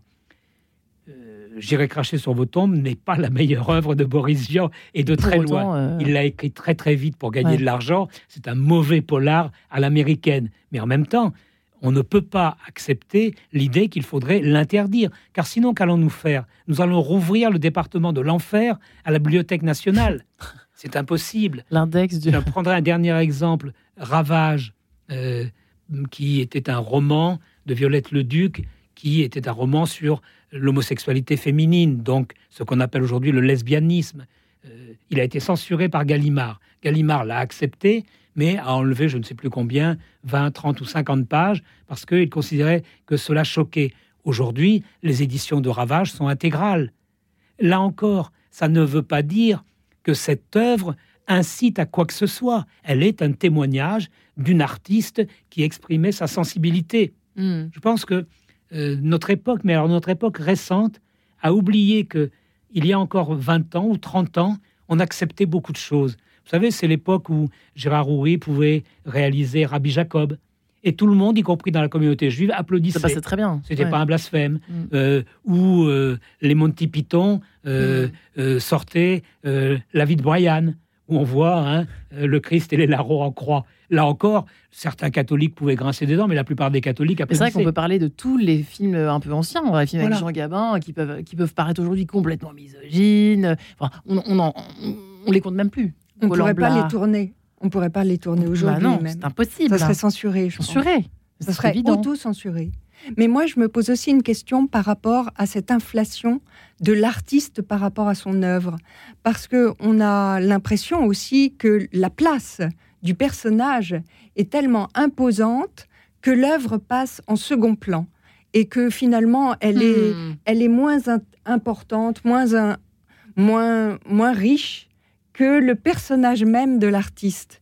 Euh, J'irai cracher sur vos tombes n'est pas la meilleure œuvre de Boris Vian, et de très autant, loin. euh... Il l'a écrit très très vite pour gagner ouais. de l'argent. C'est un mauvais polar à l'américaine. Mais en même temps, on ne peut pas accepter l'idée qu'il faudrait l'interdire. Car sinon, qu'allons-nous faire ? Nous allons rouvrir le département de l'enfer à la Bibliothèque nationale. C'est impossible. L'index du... Je prendrai un dernier exemple. Ravage, euh, qui était un roman de Violette Leduc, qui était un roman sur l'homosexualité féminine, donc ce qu'on appelle aujourd'hui le lesbianisme. Euh, il a été censuré par Gallimard. Gallimard l'a accepté, mais a enlevé je ne sais plus combien, vingt, trente ou cinquante pages, parce qu'il considérait que cela choquait. Aujourd'hui, les éditions de Ravage sont intégrales. Là encore, ça ne veut pas dire que cette œuvre incite à quoi que ce soit. Elle est un témoignage d'une artiste qui exprimait sa sensibilité. Mmh. Je pense que euh, notre époque, mais alors notre époque récente, a oublié qu'il y a encore vingt ans ou trente ans, on acceptait beaucoup de choses. Vous savez, c'est l'époque où Gérard Houry pouvait réaliser Rabbi Jacob. Et tout le monde, y compris dans la communauté juive, applaudissait. Ça passait très bien. C'était ouais. pas un blasphème. Mm. Euh, où euh, les Monty Python euh, mm. euh, sortaient euh, La vie de Brian, où on voit hein, le Christ et les larrons en croix. Là encore, certains catholiques pouvaient grincer des dents, mais la plupart des catholiques applaudissaient. C'est vrai qu'on peut parler de tous les films un peu anciens, les films voilà. avec Jean Gabin, qui peuvent, qui peuvent paraître aujourd'hui complètement misogynes. Enfin, on, on, en, on, on les compte même plus. On ne pourrait pas les tourner. On ne pourrait pas les tourner aujourd'hui. Bah non, même. c'est impossible. Ça serait censuré, je censuré. pense. Ça serait auto-censuré. Mais moi, je me pose aussi une question par rapport à cette inflation de l'artiste par rapport à son œuvre. Parce qu'on a l'impression aussi que la place du personnage est tellement imposante que l'œuvre passe en second plan. Et que finalement, elle, mmh. est, elle est moins in- importante, moins, un, moins, moins riche que le personnage même de l'artiste.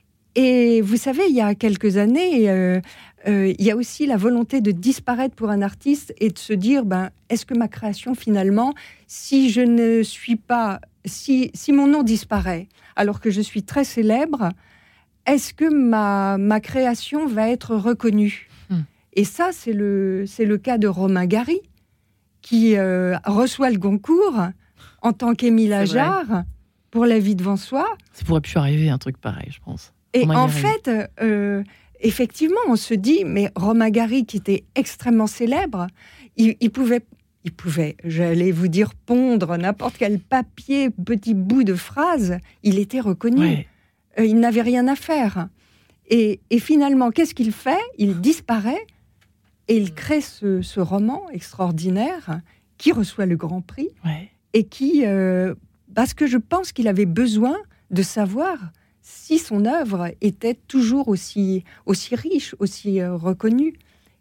Et vous savez, il y a quelques années, euh, euh, il y a aussi la volonté de disparaître pour un artiste et de se dire, ben, est-ce que ma création, finalement, si je ne suis pas, si, si mon nom disparaît, alors que je suis très célèbre, est-ce que ma, ma création va être reconnue ? mmh. Et ça, c'est le, c'est le cas de Romain Gary, qui euh, reçoit le Goncourt en tant qu'Émile Ajar pour La vie devant soi. Ça pourrait plus arriver, un truc pareil, je pense. Et Romain en Gary. fait, euh, effectivement, on se dit, mais Romain Gary, qui était extrêmement célèbre, il, il pouvait, il pouvait, j'allais vous dire, pondre n'importe quel papier, petit bout de phrase, il était reconnu. Ouais. Euh, il n'avait rien à faire. Et, et finalement, qu'est-ce qu'il fait ? Il disparaît et il crée ce, ce roman extraordinaire qui reçoit le Grand Prix ouais. et qui... Euh, parce que je pense qu'il avait besoin de savoir si son œuvre était toujours aussi, aussi riche, aussi euh, reconnue.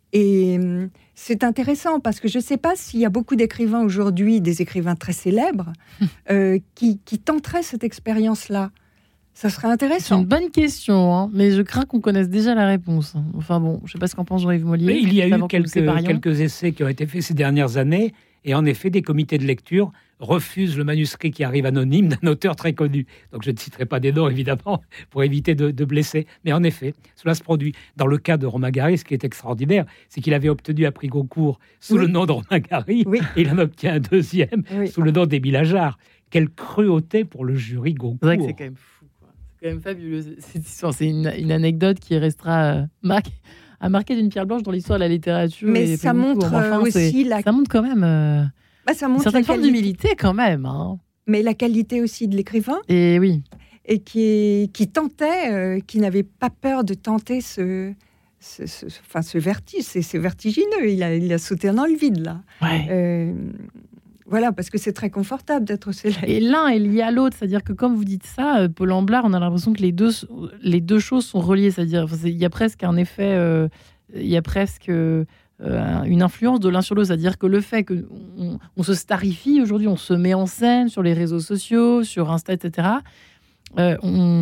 Et euh, c'est intéressant parce que je ne sais pas s'il y a beaucoup d'écrivains aujourd'hui, des écrivains très célèbres, euh, qui, qui tenteraient cette expérience-là. Ça serait intéressant. C'est une bonne question, hein, mais je crains qu'on connaisse déjà la réponse. Enfin bon, je ne sais pas ce qu'en pense Jean-Yves Mollier. Mais il y a eu quelques, quelques essais qui ont été faits ces dernières années, et en effet, des comités de lecture refusent le manuscrit qui arrive anonyme d'un auteur très connu. Donc je ne citerai pas des noms, évidemment, pour éviter de, de blesser. Mais en effet, cela se produit. Dans le cas de Romain Gary, ce qui est extraordinaire, c'est qu'il avait obtenu un prix Goncourt sous oui. le nom de Romain Gary, oui. et il en obtient un deuxième oui. sous le nom d'Émile Ajar. Quelle cruauté pour le jury Goncourt. C'est vrai que c'est quand même fou. Quoi. C'est quand même fabuleux. C'est, c'est une, une anecdote qui restera euh, marquée. à marquer d'une pierre blanche dans l'histoire de la littérature. Mais ça montre enfin, aussi la... Ça montre quand même euh, bah, ça montre une certaine la forme qualité... d'humilité quand même. Hein. Mais la qualité aussi de l'écrivain. Et oui. Et qui, qui tentait, euh, qui n'avait pas peur de tenter ce, ce, ce, enfin, ce vertige. C'est, c'est vertigineux. Il a, il a sauté dans le vide, là. Ouais. Euh, Voilà, parce que c'est très confortable d'être célèbre. Et l'un est lié à l'autre, c'est-à-dire que comme vous dites ça, Paul Amblard, on a l'impression que les deux, les deux choses sont reliées, c'est-à-dire il y a presque un effet, euh, il y a presque euh, une influence de l'un sur l'autre, c'est-à-dire que le fait qu'on on se starifie aujourd'hui, on se met en scène sur les réseaux sociaux, sur Insta, et cetera, euh, on,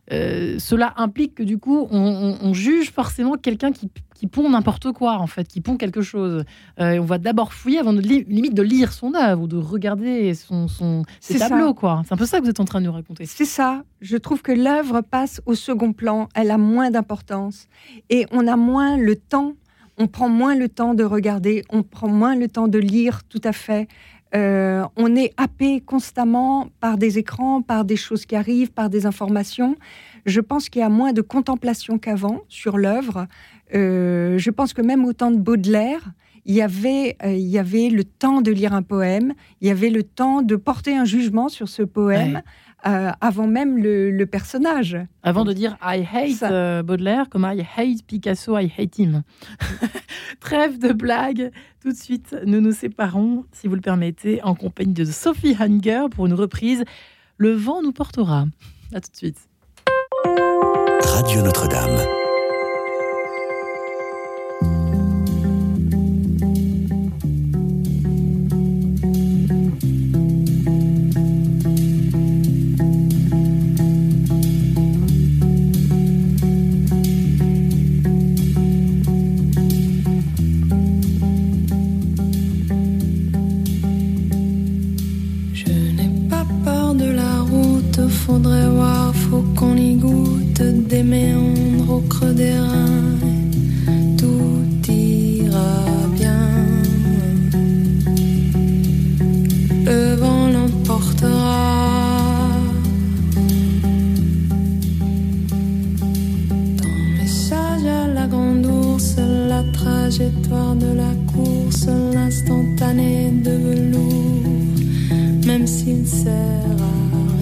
euh, cela implique que du coup, on, on, on juge forcément quelqu'un qui, qui pond n'importe quoi, en fait, qui pond quelque chose. Euh, on va d'abord fouiller avant de li- limite de lire son œuvre ou de regarder son, son, ses C'est tableaux, ça. quoi. C'est un peu ça que vous êtes en train de nous raconter. C'est ça. Je trouve que l'œuvre passe au second plan. Elle a moins d'importance. Et on a moins le temps. On prend moins le temps de regarder. On prend moins le temps de lire, tout à fait. Euh, on est happé constamment par des écrans, par des choses qui arrivent, par des informations. Je pense qu'il y a moins de contemplation qu'avant sur l'œuvre. Euh, je pense que même au temps de Baudelaire, il y avait, euh, il y avait le temps de lire un poème, il y avait le temps de porter un jugement sur ce poème. Ouais. Euh, avant même le, le personnage. Avant de dire « I hate euh, Baudelaire » comme « I hate Picasso, I hate him ». Trêve de blagues. Tout de suite, nous nous séparons, si vous le permettez, en compagnie de Sophie Hunger pour une reprise « Le vent nous portera ». À tout de suite. Radio Notre-Dame. Faudrait voir, faut qu'on y goûte des méandres au creux des reins. Tout ira bien. Le vent l'emportera. Dans Message à la grande ours, la trajectoire de la course, l'instantané de velours, même s'il sert à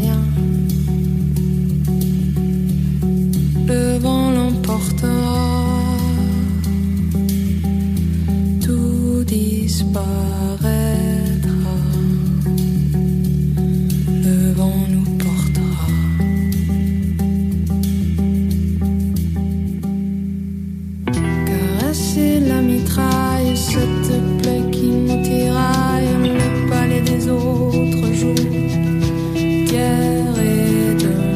le vent l'emportera, tout disparaîtra, le vent nous portera. Caresser la mitraille, cette plaie qui nous tiraille, le palais des autres jours, hier et demain.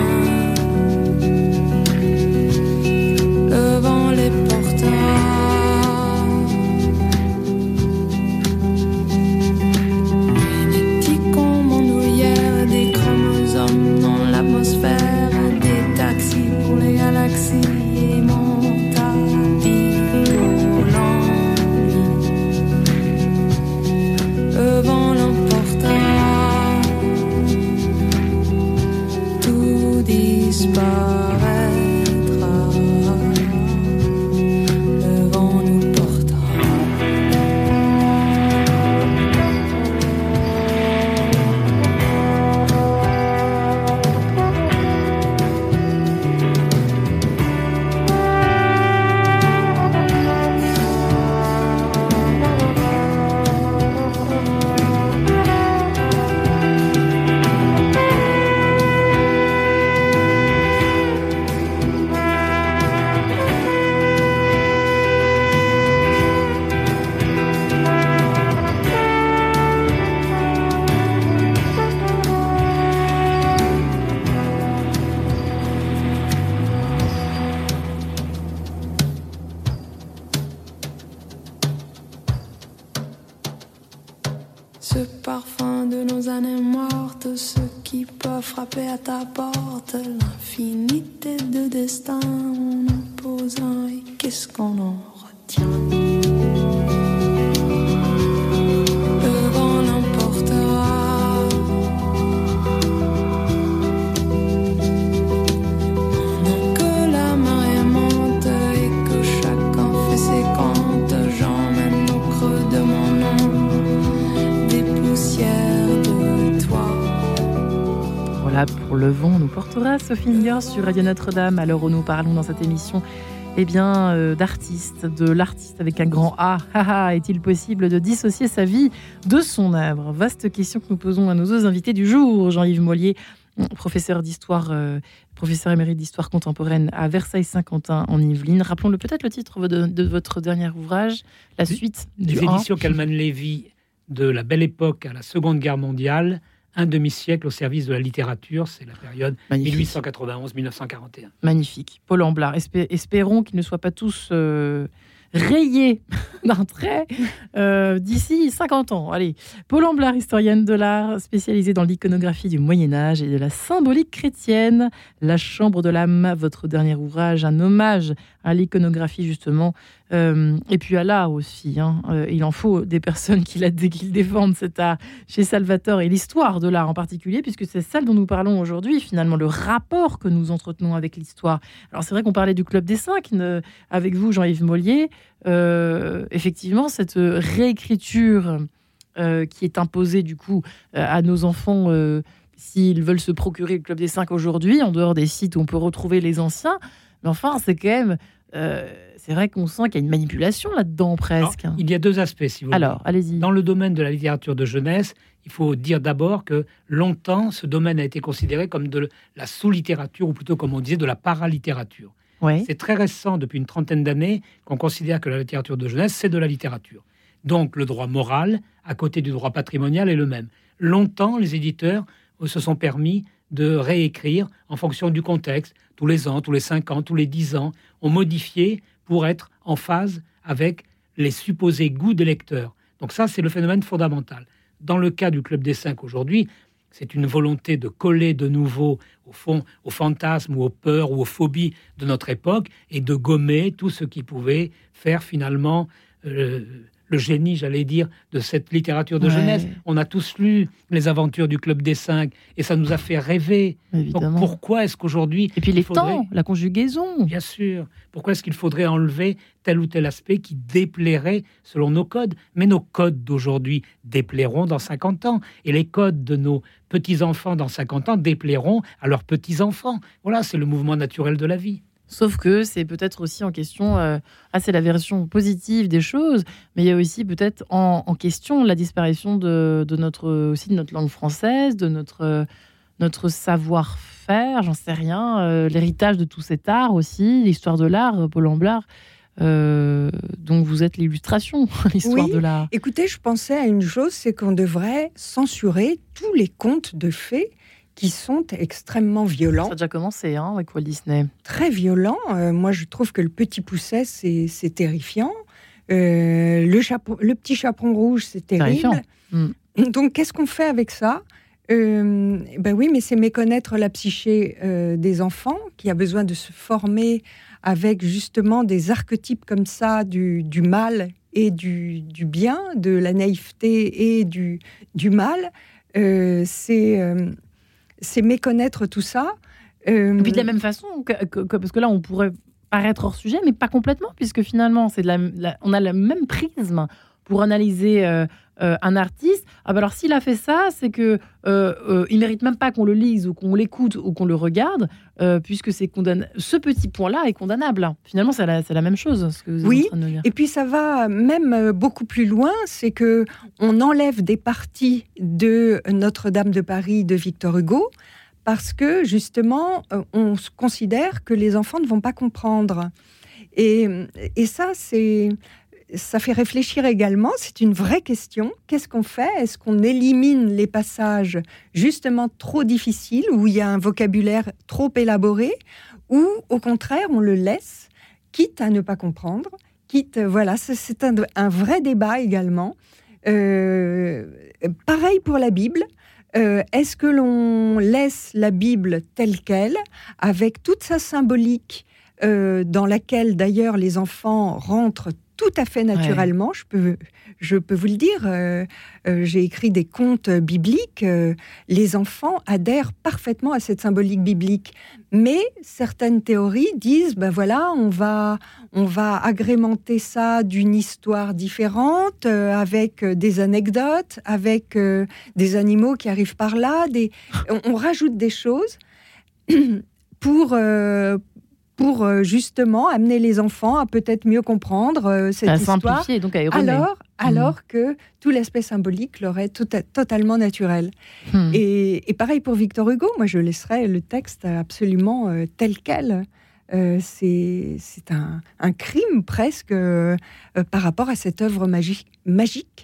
Ce parfum de nos années mortes, ce qui peut frapper à ta porte, l'infinité de destins, on en pose un et qu'est-ce qu'on en retient? Le vent l'emportera, pendant que la marée monte et que chacun fait ses comptes, j'emmène au creux de mon nom de toi. Voilà pour Le vent nous portera, Sophie Hunger sur Radio Notre-Dame, à l'heure où nous parlons dans cette émission eh bien, euh, d'artiste, de l'artiste avec un grand A. Haha, est-il possible de dissocier sa vie de son œuvre? Vaste question que nous posons à nos deux invités du jour. Jean-Yves Mollier, professeur d'histoire, euh, professeur émérite d'histoire contemporaine à Versailles-Saint-Quentin en Yvelines. Rappelons-le peut-être le titre de, de votre dernier ouvrage, la suite des du éditions Calman Lévy, de la Belle Époque à la Seconde Guerre mondiale, un demi-siècle au service de la littérature. C'est la période Magnifique. mille huit cent quatre-vingt-onze à mille neuf cent quarante et un. Magnifique. Paul Amblard. Espé- espérons qu'ils ne soient pas tous euh, rayés d'un trait euh, d'ici cinquante ans. Allez. Paul Amblard, historienne de l'art, spécialisée dans l'iconographie du Moyen-Âge et de la symbolique chrétienne. La Chambre de l'âme, votre dernier ouvrage, un hommage à l'iconographie, justement, euh, et puis à l'art aussi. Hein. Euh, il en faut des personnes qui, la, qui défendent cet art chez Salvatore et l'histoire de l'art en particulier, puisque c'est celle dont nous parlons aujourd'hui, finalement, le rapport que nous entretenons avec l'histoire. Alors, c'est vrai qu'on parlait du Club des Cinq, ne, avec vous, Jean-Yves Mollier. Euh, effectivement, cette réécriture euh, qui est imposée, du coup, euh, à nos enfants, euh, s'ils veulent se procurer le Club des Cinq aujourd'hui, en dehors des sites où on peut retrouver les anciens. Mais enfin, c'est quand même... Euh, c'est vrai qu'on sent qu'il y a une manipulation là-dedans, presque. Alors, il y a deux aspects, si vous voulez. Alors, allez-y. Dans le domaine de la littérature de jeunesse, il faut dire d'abord que longtemps, ce domaine a été considéré comme de la sous-littérature, ou plutôt, comme on disait, de la paralittérature. Oui. C'est très récent, depuis une trentaine d'années, qu'on considère que la littérature de jeunesse, c'est de la littérature. Donc, le droit moral, à côté du droit patrimonial, est le même. Longtemps, les éditeurs se sont permis de réécrire en fonction du contexte. Tous les ans, tous les cinq ans, tous les dix ans, on modifiait pour être en phase avec les supposés goûts des lecteurs. Donc ça, c'est le phénomène fondamental. Dans le cas du Club des Cinq aujourd'hui, c'est une volonté de coller de nouveau, au fond, aux fantasmes ou aux peurs ou aux phobies de notre époque et de gommer tout ce qui pouvait faire finalement... Euh, le génie, j'allais dire, de cette littérature de ouais. jeunesse. On a tous lu les aventures du Club des Cinq et ça nous a fait rêver. Évidemment. Donc pourquoi est-ce qu'aujourd'hui... Et puis les faudrait... temps, la conjugaison. Bien sûr. Pourquoi est-ce qu'il faudrait enlever tel ou tel aspect qui déplairait selon nos codes ? Mais nos codes d'aujourd'hui déplairont dans cinquante ans. Et les codes de nos petits-enfants dans cinquante ans déplairont à leurs petits-enfants. Voilà, c'est le mouvement naturel de la vie. Sauf que c'est peut-être aussi en question, euh, ah, c'est la version positive des choses, mais il y a aussi peut-être en, en question la disparition de, de notre, aussi de notre langue française, de notre, notre savoir-faire, j'en sais rien, euh, l'héritage de tout cet art aussi, l'histoire de l'art, Paul Amblard. Euh, donc vous êtes l'illustration, l'histoire oui, de l'art. Écoutez, je pensais à une chose, c'est qu'on devrait censurer tous les contes de fées qui sont extrêmement violents. Ça a déjà commencé hein, avec Walt Disney. Très violents. Euh, moi, je trouve que le Petit Pousset, c'est, c'est terrifiant. Euh, le, chapeau, le Petit Chaperon Rouge, c'est terrible. Mm. Donc, qu'est-ce qu'on fait avec ça ? euh, ben oui, mais c'est méconnaître la psyché euh, des enfants, qui a besoin de se former avec justement des archétypes comme ça, du, du mal et du, du bien, de la naïveté et du, du mal. Euh, c'est... Euh, c'est méconnaître tout ça. Euh... Et puis de la même façon, que, que, que, parce que là, on pourrait paraître hors sujet, mais pas complètement, puisque finalement, c'est de la, la, on a le même prisme pour analyser euh, euh, un artiste. Ah ben alors, s'il a fait ça, c'est que euh, euh, il mérite même pas qu'on le lise ou qu'on l'écoute ou qu'on le regarde, euh, puisque c'est condamn... ce petit point-là est condamnable. Finalement, c'est la, c'est la même chose. Ce que vous oui, êtes en train de dire. Et puis ça va même beaucoup plus loin, c'est que on enlève des parties de Notre-Dame de Paris de Victor Hugo parce que justement, on considère que les enfants ne vont pas comprendre. Et, et ça, c'est ça fait réfléchir également, c'est une vraie question. Qu'est-ce qu'on fait ? Est-ce qu'on élimine les passages justement trop difficiles, où il y a un vocabulaire trop élaboré, ou au contraire, on le laisse, quitte à ne pas comprendre, quitte, voilà, c'est, c'est un, un vrai débat également. Euh, pareil pour la Bible. Euh, est-ce que l'on laisse la Bible telle qu'elle, avec toute sa symbolique, euh, dans laquelle d'ailleurs les enfants rentrent tout à fait naturellement, ouais. je, peux, je peux vous le dire. Euh, euh, j'ai écrit des contes bibliques. Euh, les enfants adhèrent parfaitement à cette symbolique biblique. Mais certaines théories disent, ben voilà, on va, on va agrémenter ça d'une histoire différente, euh, avec des anecdotes, avec euh, des animaux qui arrivent par là. Des... On, on rajoute des choses pour... Euh, pour justement amener les enfants à peut-être mieux comprendre euh, cette à histoire. Simplifier, donc à erroner. Alors, alors mmh. que tout l'aspect symbolique leur est tout à, totalement naturel. Mmh. Et, et pareil pour Victor Hugo, moi je laisserais le texte absolument euh, tel quel. Euh, c'est, c'est un, un crime presque euh, euh, par rapport à cette œuvre magique, magique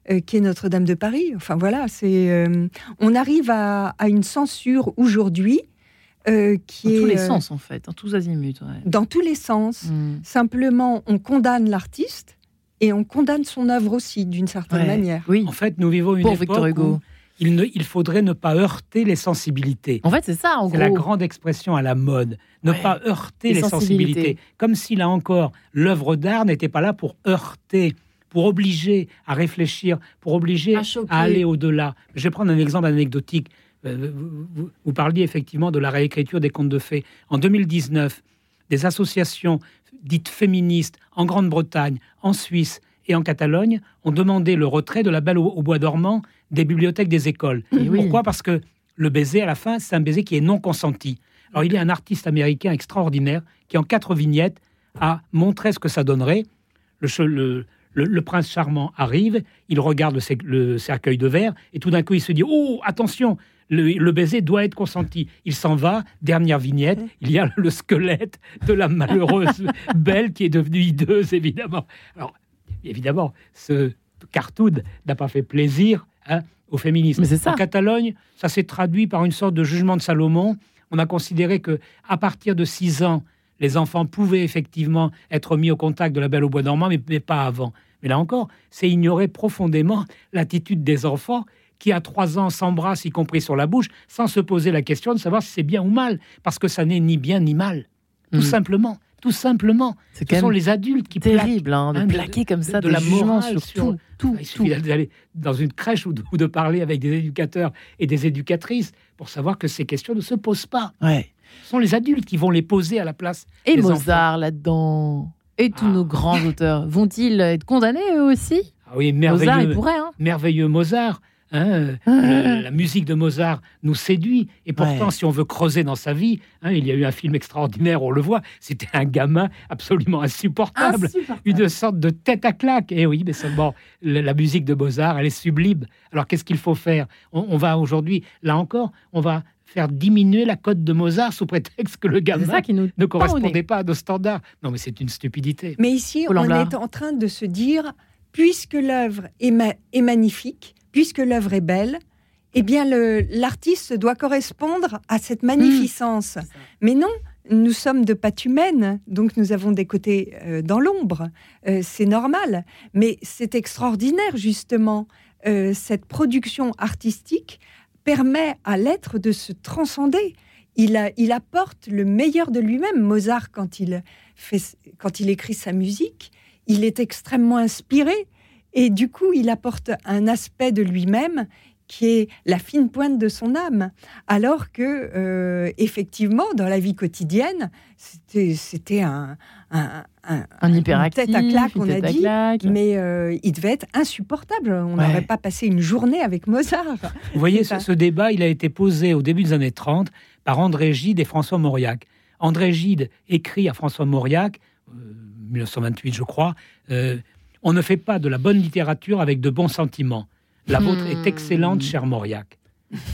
euh, qui est Notre-Dame de Paris. Enfin voilà, c'est, euh, on arrive à, à une censure aujourd'hui euh, qui dans est... Dans tous les euh, sens, en fait, dans tous azimuts. Ouais. Dans tous les sens. Mmh. Simplement, on condamne l'artiste et on condamne son œuvre aussi, d'une certaine ouais. manière. Oui. En fait, nous vivons une Pour époque Victor Hugo. où il, ne, il faudrait ne pas heurter les sensibilités. En fait, c'est ça, en c'est gros. C'est la grande expression à la mode. Ne ouais. pas heurter les, les sensibilités. sensibilités. Comme si, là encore, l'œuvre d'art n'était pas là pour heurter, pour obliger à réfléchir, pour obliger à, à aller au-delà. Je vais prendre un exemple anecdotique. Vous, vous, vous parliez effectivement de la réécriture des contes de fées. En deux mille dix-neuf, des associations dites féministes en Grande-Bretagne, en Suisse et en Catalogne ont demandé le retrait de La Belle au, au bois dormant des bibliothèques des écoles. Et Pourquoi ? Oui. Parce que le baiser, à la fin, c'est un baiser qui est non consenti. Alors, il y a un artiste américain extraordinaire qui, en quatre vignettes, a montré ce que ça donnerait. Le, le, le, le prince charmant arrive, il regarde le, le cercueil de verre, et tout d'un coup, il se dit « Oh, attention !» Le, le baiser doit être consenti. Il s'en va, dernière vignette, il y a le squelette de la malheureuse Belle qui est devenue hideuse, évidemment. Alors, évidemment, ce cartoon n'a pas fait plaisir hein, aux féministes. Mais c'est ça. En Catalogne, ça s'est traduit par une sorte de jugement de Salomon. On a considéré qu'à partir de six ans, les enfants pouvaient effectivement être mis au contact de La Belle au bois dormant, mais, mais pas avant. Mais là encore, c'est ignorer profondément l'attitude des enfants qui, à trois ans, s'embrassent, y compris sur la bouche, sans se poser la question de savoir si c'est bien ou mal, parce que ça n'est ni bien ni mal. Tout mmh. simplement. Tout simplement. C'est Ce sont les adultes qui terrible, plaquent. Hein, de hein, plaquer comme ça de, de la morale sur, sur tout. tout il suffit tout. d'aller dans une crèche ou de, ou de parler avec des éducateurs et des éducatrices pour savoir que ces questions ne se posent pas. Ouais. Ce sont les adultes qui vont les poser à la place et des Mozart enfants. Là-dedans. Et tous ah. nos grands auteurs. Vont-ils être condamnés eux aussi ? Ah oui, merveilleux. Mozart, il pourrait. Hein. Merveilleux Mozart. Hein, le, la musique de Mozart nous séduit. Et pourtant, ouais. si on veut creuser dans sa vie, hein, il y a eu un film extraordinaire, on le voit, c'était un gamin absolument insupportable. insupportable. Une sorte de tête à claque. Et oui, mais seulement, la, la musique de Mozart, elle est sublime. Alors, qu'est-ce qu'il faut faire ? on, on va aujourd'hui, là encore, on va faire diminuer la cote de Mozart sous prétexte que le gamin ça qui nous ne correspondait pas à nos standards. Non, mais c'est une stupidité. Mais ici, on est en train de se dire, puisque l'œuvre est, ma- est magnifique, puisque l'œuvre est belle, eh bien le, l'artiste doit correspondre à cette magnificence. Mmh. Mais non, nous sommes de pâte humaine, donc nous avons des côtés euh, dans l'ombre. Euh, c'est normal. Mais c'est extraordinaire, justement. Euh, cette production artistique permet à l'être de se transcender. Il, a, il apporte le meilleur de lui-même. Mozart, quand il, fait, quand il écrit sa musique, il est extrêmement inspiré. Et du coup, il apporte un aspect de lui-même qui est la fine pointe de son âme. Alors que, euh, effectivement, dans la vie quotidienne, c'était, c'était un, un, un, un hyperactif, tête à claque, on a dit, claque. mais euh, il devait être insupportable. On n'aurait ouais. pas passé une journée avec Mozart. Vous voyez, ce, ce débat, il a été posé au début des années trente par André Gide et François Mauriac. André Gide écrit à François Mauriac, euh, dix-neuf cent vingt-huit, je crois, euh, « On ne fait pas de la bonne littérature avec de bons sentiments. La vôtre est excellente, cher Mauriac. » Pourquoi ?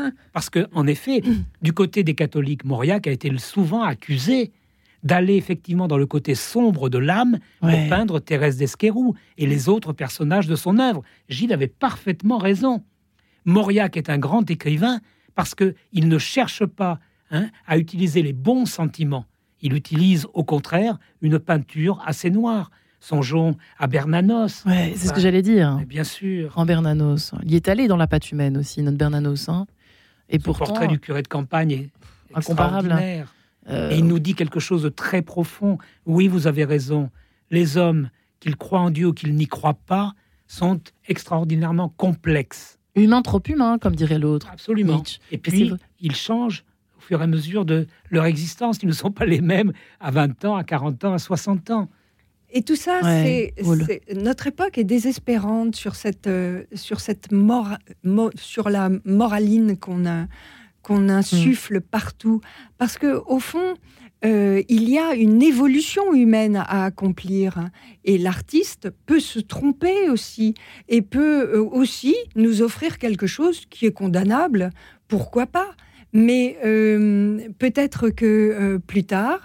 Parce qu'en effet, du côté des catholiques, Mauriac a été souvent accusé d'aller effectivement dans le côté sombre de l'âme pour ouais. peindre Thérèse d'Esquerou et les autres personnages de son œuvre. Gide avait parfaitement raison. Mauriac est un grand écrivain parce qu'il ne cherche pas hein, à utiliser les bons sentiments. Il utilise au contraire une peinture assez noire. Songeons à Bernanos. Ouais, c'est enfin, ce que j'allais dire. Bien sûr. En Bernanos. Il y est allé dans la pâte humaine aussi, notre Bernanos. Hein. Et Son pourtant, portrait du curé de campagne est incomparable. Extraordinaire. Euh... Et il nous dit quelque chose de très profond. Oui, vous avez raison. Les hommes, qu'ils croient en Dieu ou qu'ils n'y croient pas, sont extraordinairement complexes. Humains trop humains, comme dirait l'autre. Absolument. Nietzsche. Et puis, ils changent au fur et à mesure de leur existence. Ils ne sont pas les mêmes à vingt ans, à quarante ans, à soixante ans. Et tout ça, ouais, c'est, c'est notre époque est désespérante sur cette euh, sur cette mor, mo, sur la moraline qu'on a qu'on insuffle mmh. partout, parce que au fond, euh, il y a une évolution humaine à accomplir, et l'artiste peut se tromper aussi et peut euh, aussi nous offrir quelque chose qui est condamnable. Pourquoi pas ? Mais euh, peut-être que euh, plus tard,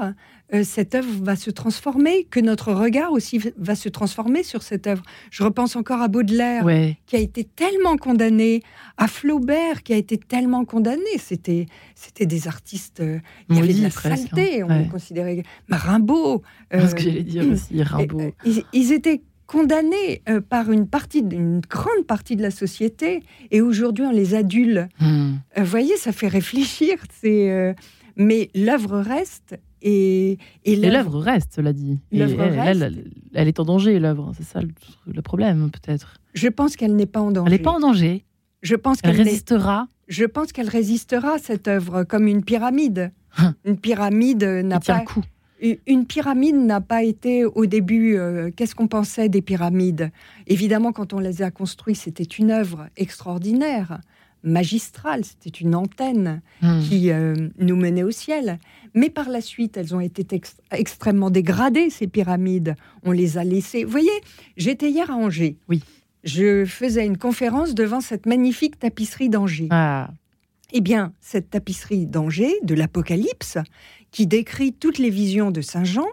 euh, cette œuvre va se transformer, que notre regard aussi va se transformer sur cette œuvre. Je repense encore à Baudelaire, ouais. qui a été tellement condamné, à Flaubert, qui a été tellement condamné. C'était, c'était des artistes... Euh, il y avait de la presque, saleté, hein. on ouais. les considérait... Rimbaud... Euh, ce que j'allais dire aussi, Rimbaud. Euh, ils, ils étaient condamnés euh, par une, partie, une grande partie de la société, et aujourd'hui on les adule. Vous hmm. euh, voyez, ça fait réfléchir. C'est, euh, mais l'œuvre reste... Et, et, l'œuvre... et l'œuvre reste, cela dit. L'œuvre elle, reste. Elle, elle, elle est en danger, l'œuvre. C'est ça le, le problème, peut-être. Je pense qu'elle n'est pas en danger. Elle n'est pas en danger. Je pense elle qu'elle résistera. Je pense qu'elle résistera, cette œuvre, comme une pyramide. Hein. Une pyramide n'a il tient pas... le coup. Une pyramide n'a pas été au début... Euh, qu'est-ce qu'on pensait des pyramides ? Évidemment, quand on les a construites, c'était une œuvre extraordinaire, magistrale. C'était une antenne mmh. qui euh, nous menait au ciel. Mais par la suite, elles ont été ex- extrêmement dégradées, ces pyramides. On les a laissées... Vous voyez, j'étais hier à Angers. Oui. Je faisais une conférence devant cette magnifique tapisserie d'Angers. Ah. Eh bien, cette tapisserie d'Angers, de l'Apocalypse, qui décrit toutes les visions de Saint Jean,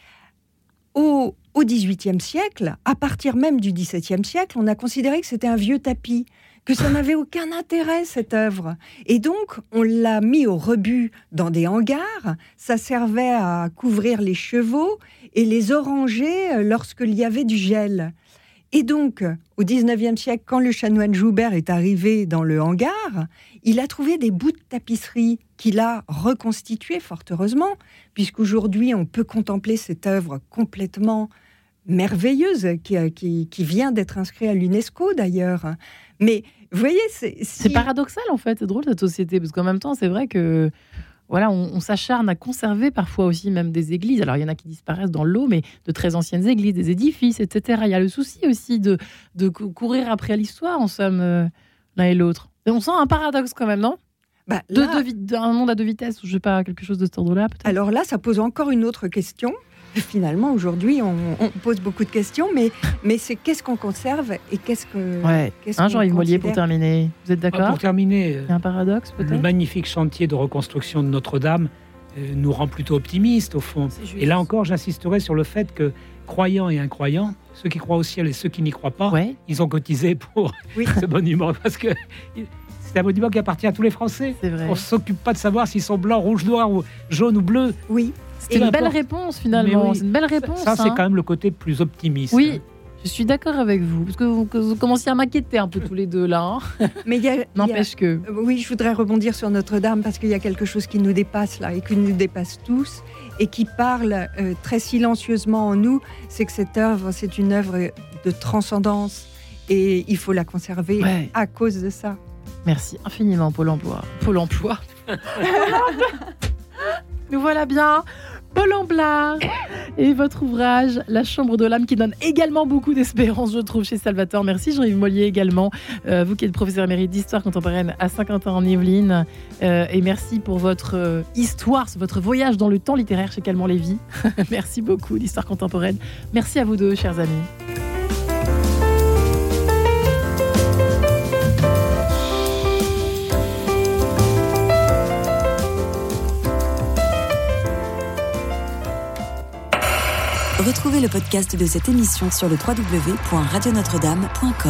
au, au dix-huitième siècle, à partir même du dix-septième siècle, on a considéré que c'était un vieux tapis, que ça n'avait aucun intérêt, cette œuvre. Et donc, on l'a mis au rebut dans des hangars. Ça servait à couvrir les chevaux et les oranger lorsqu'il y avait du gel. Et donc, au dix-neuvième siècle, quand le chanoine Joubert est arrivé dans le hangar, il a trouvé des bouts de tapisserie qu'il a reconstitués, fort heureusement, puisqu'aujourd'hui, on peut contempler cette œuvre complètement merveilleuse, qui, qui, qui vient d'être inscrite à l'UNESCO, d'ailleurs. Mais, vous voyez, c'est... Si... C'est paradoxal, en fait. C'est drôle, cette société, parce qu'en même temps, c'est vrai que... Voilà, on, on s'acharne à conserver parfois aussi même des églises. Alors, il y en a qui disparaissent dans l'eau, mais de très anciennes églises, des édifices, et cetera. Il y a le souci aussi de, de courir après l'histoire, en somme, euh, l'un et l'autre. Et on sent un paradoxe quand même, non ? bah, de, là... de, de, Un monde à deux vitesses, ou je sais pas, quelque chose de cet ordre-là, peut-être. Alors là, ça pose encore une autre question. Finalement, aujourd'hui, on, on pose beaucoup de questions, mais, mais c'est qu'est-ce qu'on conserve et qu'est-ce que... Ouais. Qu'est-ce hein, Jean-Yves Mollier, pour terminer. Vous êtes d'accord ? ah, Pour terminer, il y a un paradoxe, peut-être ? Le magnifique chantier de reconstruction de Notre-Dame euh, nous rend plutôt optimistes, au fond. Et là encore, j'insisterai sur le fait que, croyants et incroyants, ceux qui croient au ciel et ceux qui n'y croient pas, ouais. ils ont cotisé pour oui. ce monument, parce que... C'est un monument qui appartient à tous les Français. C'est vrai. On ne s'occupe pas de savoir s'ils sont blancs, rouges, noirs, ou jaunes ou bleus. Oui. C'est une belle réponse, finalement. Oui. C'est une belle réponse. Ça, ça hein. c'est quand même le côté plus optimiste. Oui, je suis d'accord avec vous. Parce que vous, que vous commencez à m'inquiéter un peu tous les deux, là. Hein. Mais il y a... N'empêche y a, que... Oui, je voudrais rebondir sur Notre-Dame, parce qu'il y a quelque chose qui nous dépasse, là, et qui nous dépasse tous, et qui parle euh, très silencieusement en nous. C'est que cette œuvre, c'est une œuvre de transcendance, et il faut la conserver ouais. à cause de ça. Merci infiniment, Pôle emploi. Pôle emploi. Nous voilà bien. Paul Amblard et votre ouvrage La Chambre de l'âme, qui donne également beaucoup d'espérance, je trouve, chez Salvatore. Merci Jean-Yves Mollier également, euh, vous qui êtes professeur émérite d'histoire contemporaine à Saint-Quentin en Yvelines, euh, et merci pour votre euh, histoire, votre voyage dans le temps littéraire chez Calment Lévy. Merci beaucoup d'histoire contemporaine. Merci à vous deux, chers amis. Retrouvez le podcast de cette émission sur le w w w point radio notre dame point com.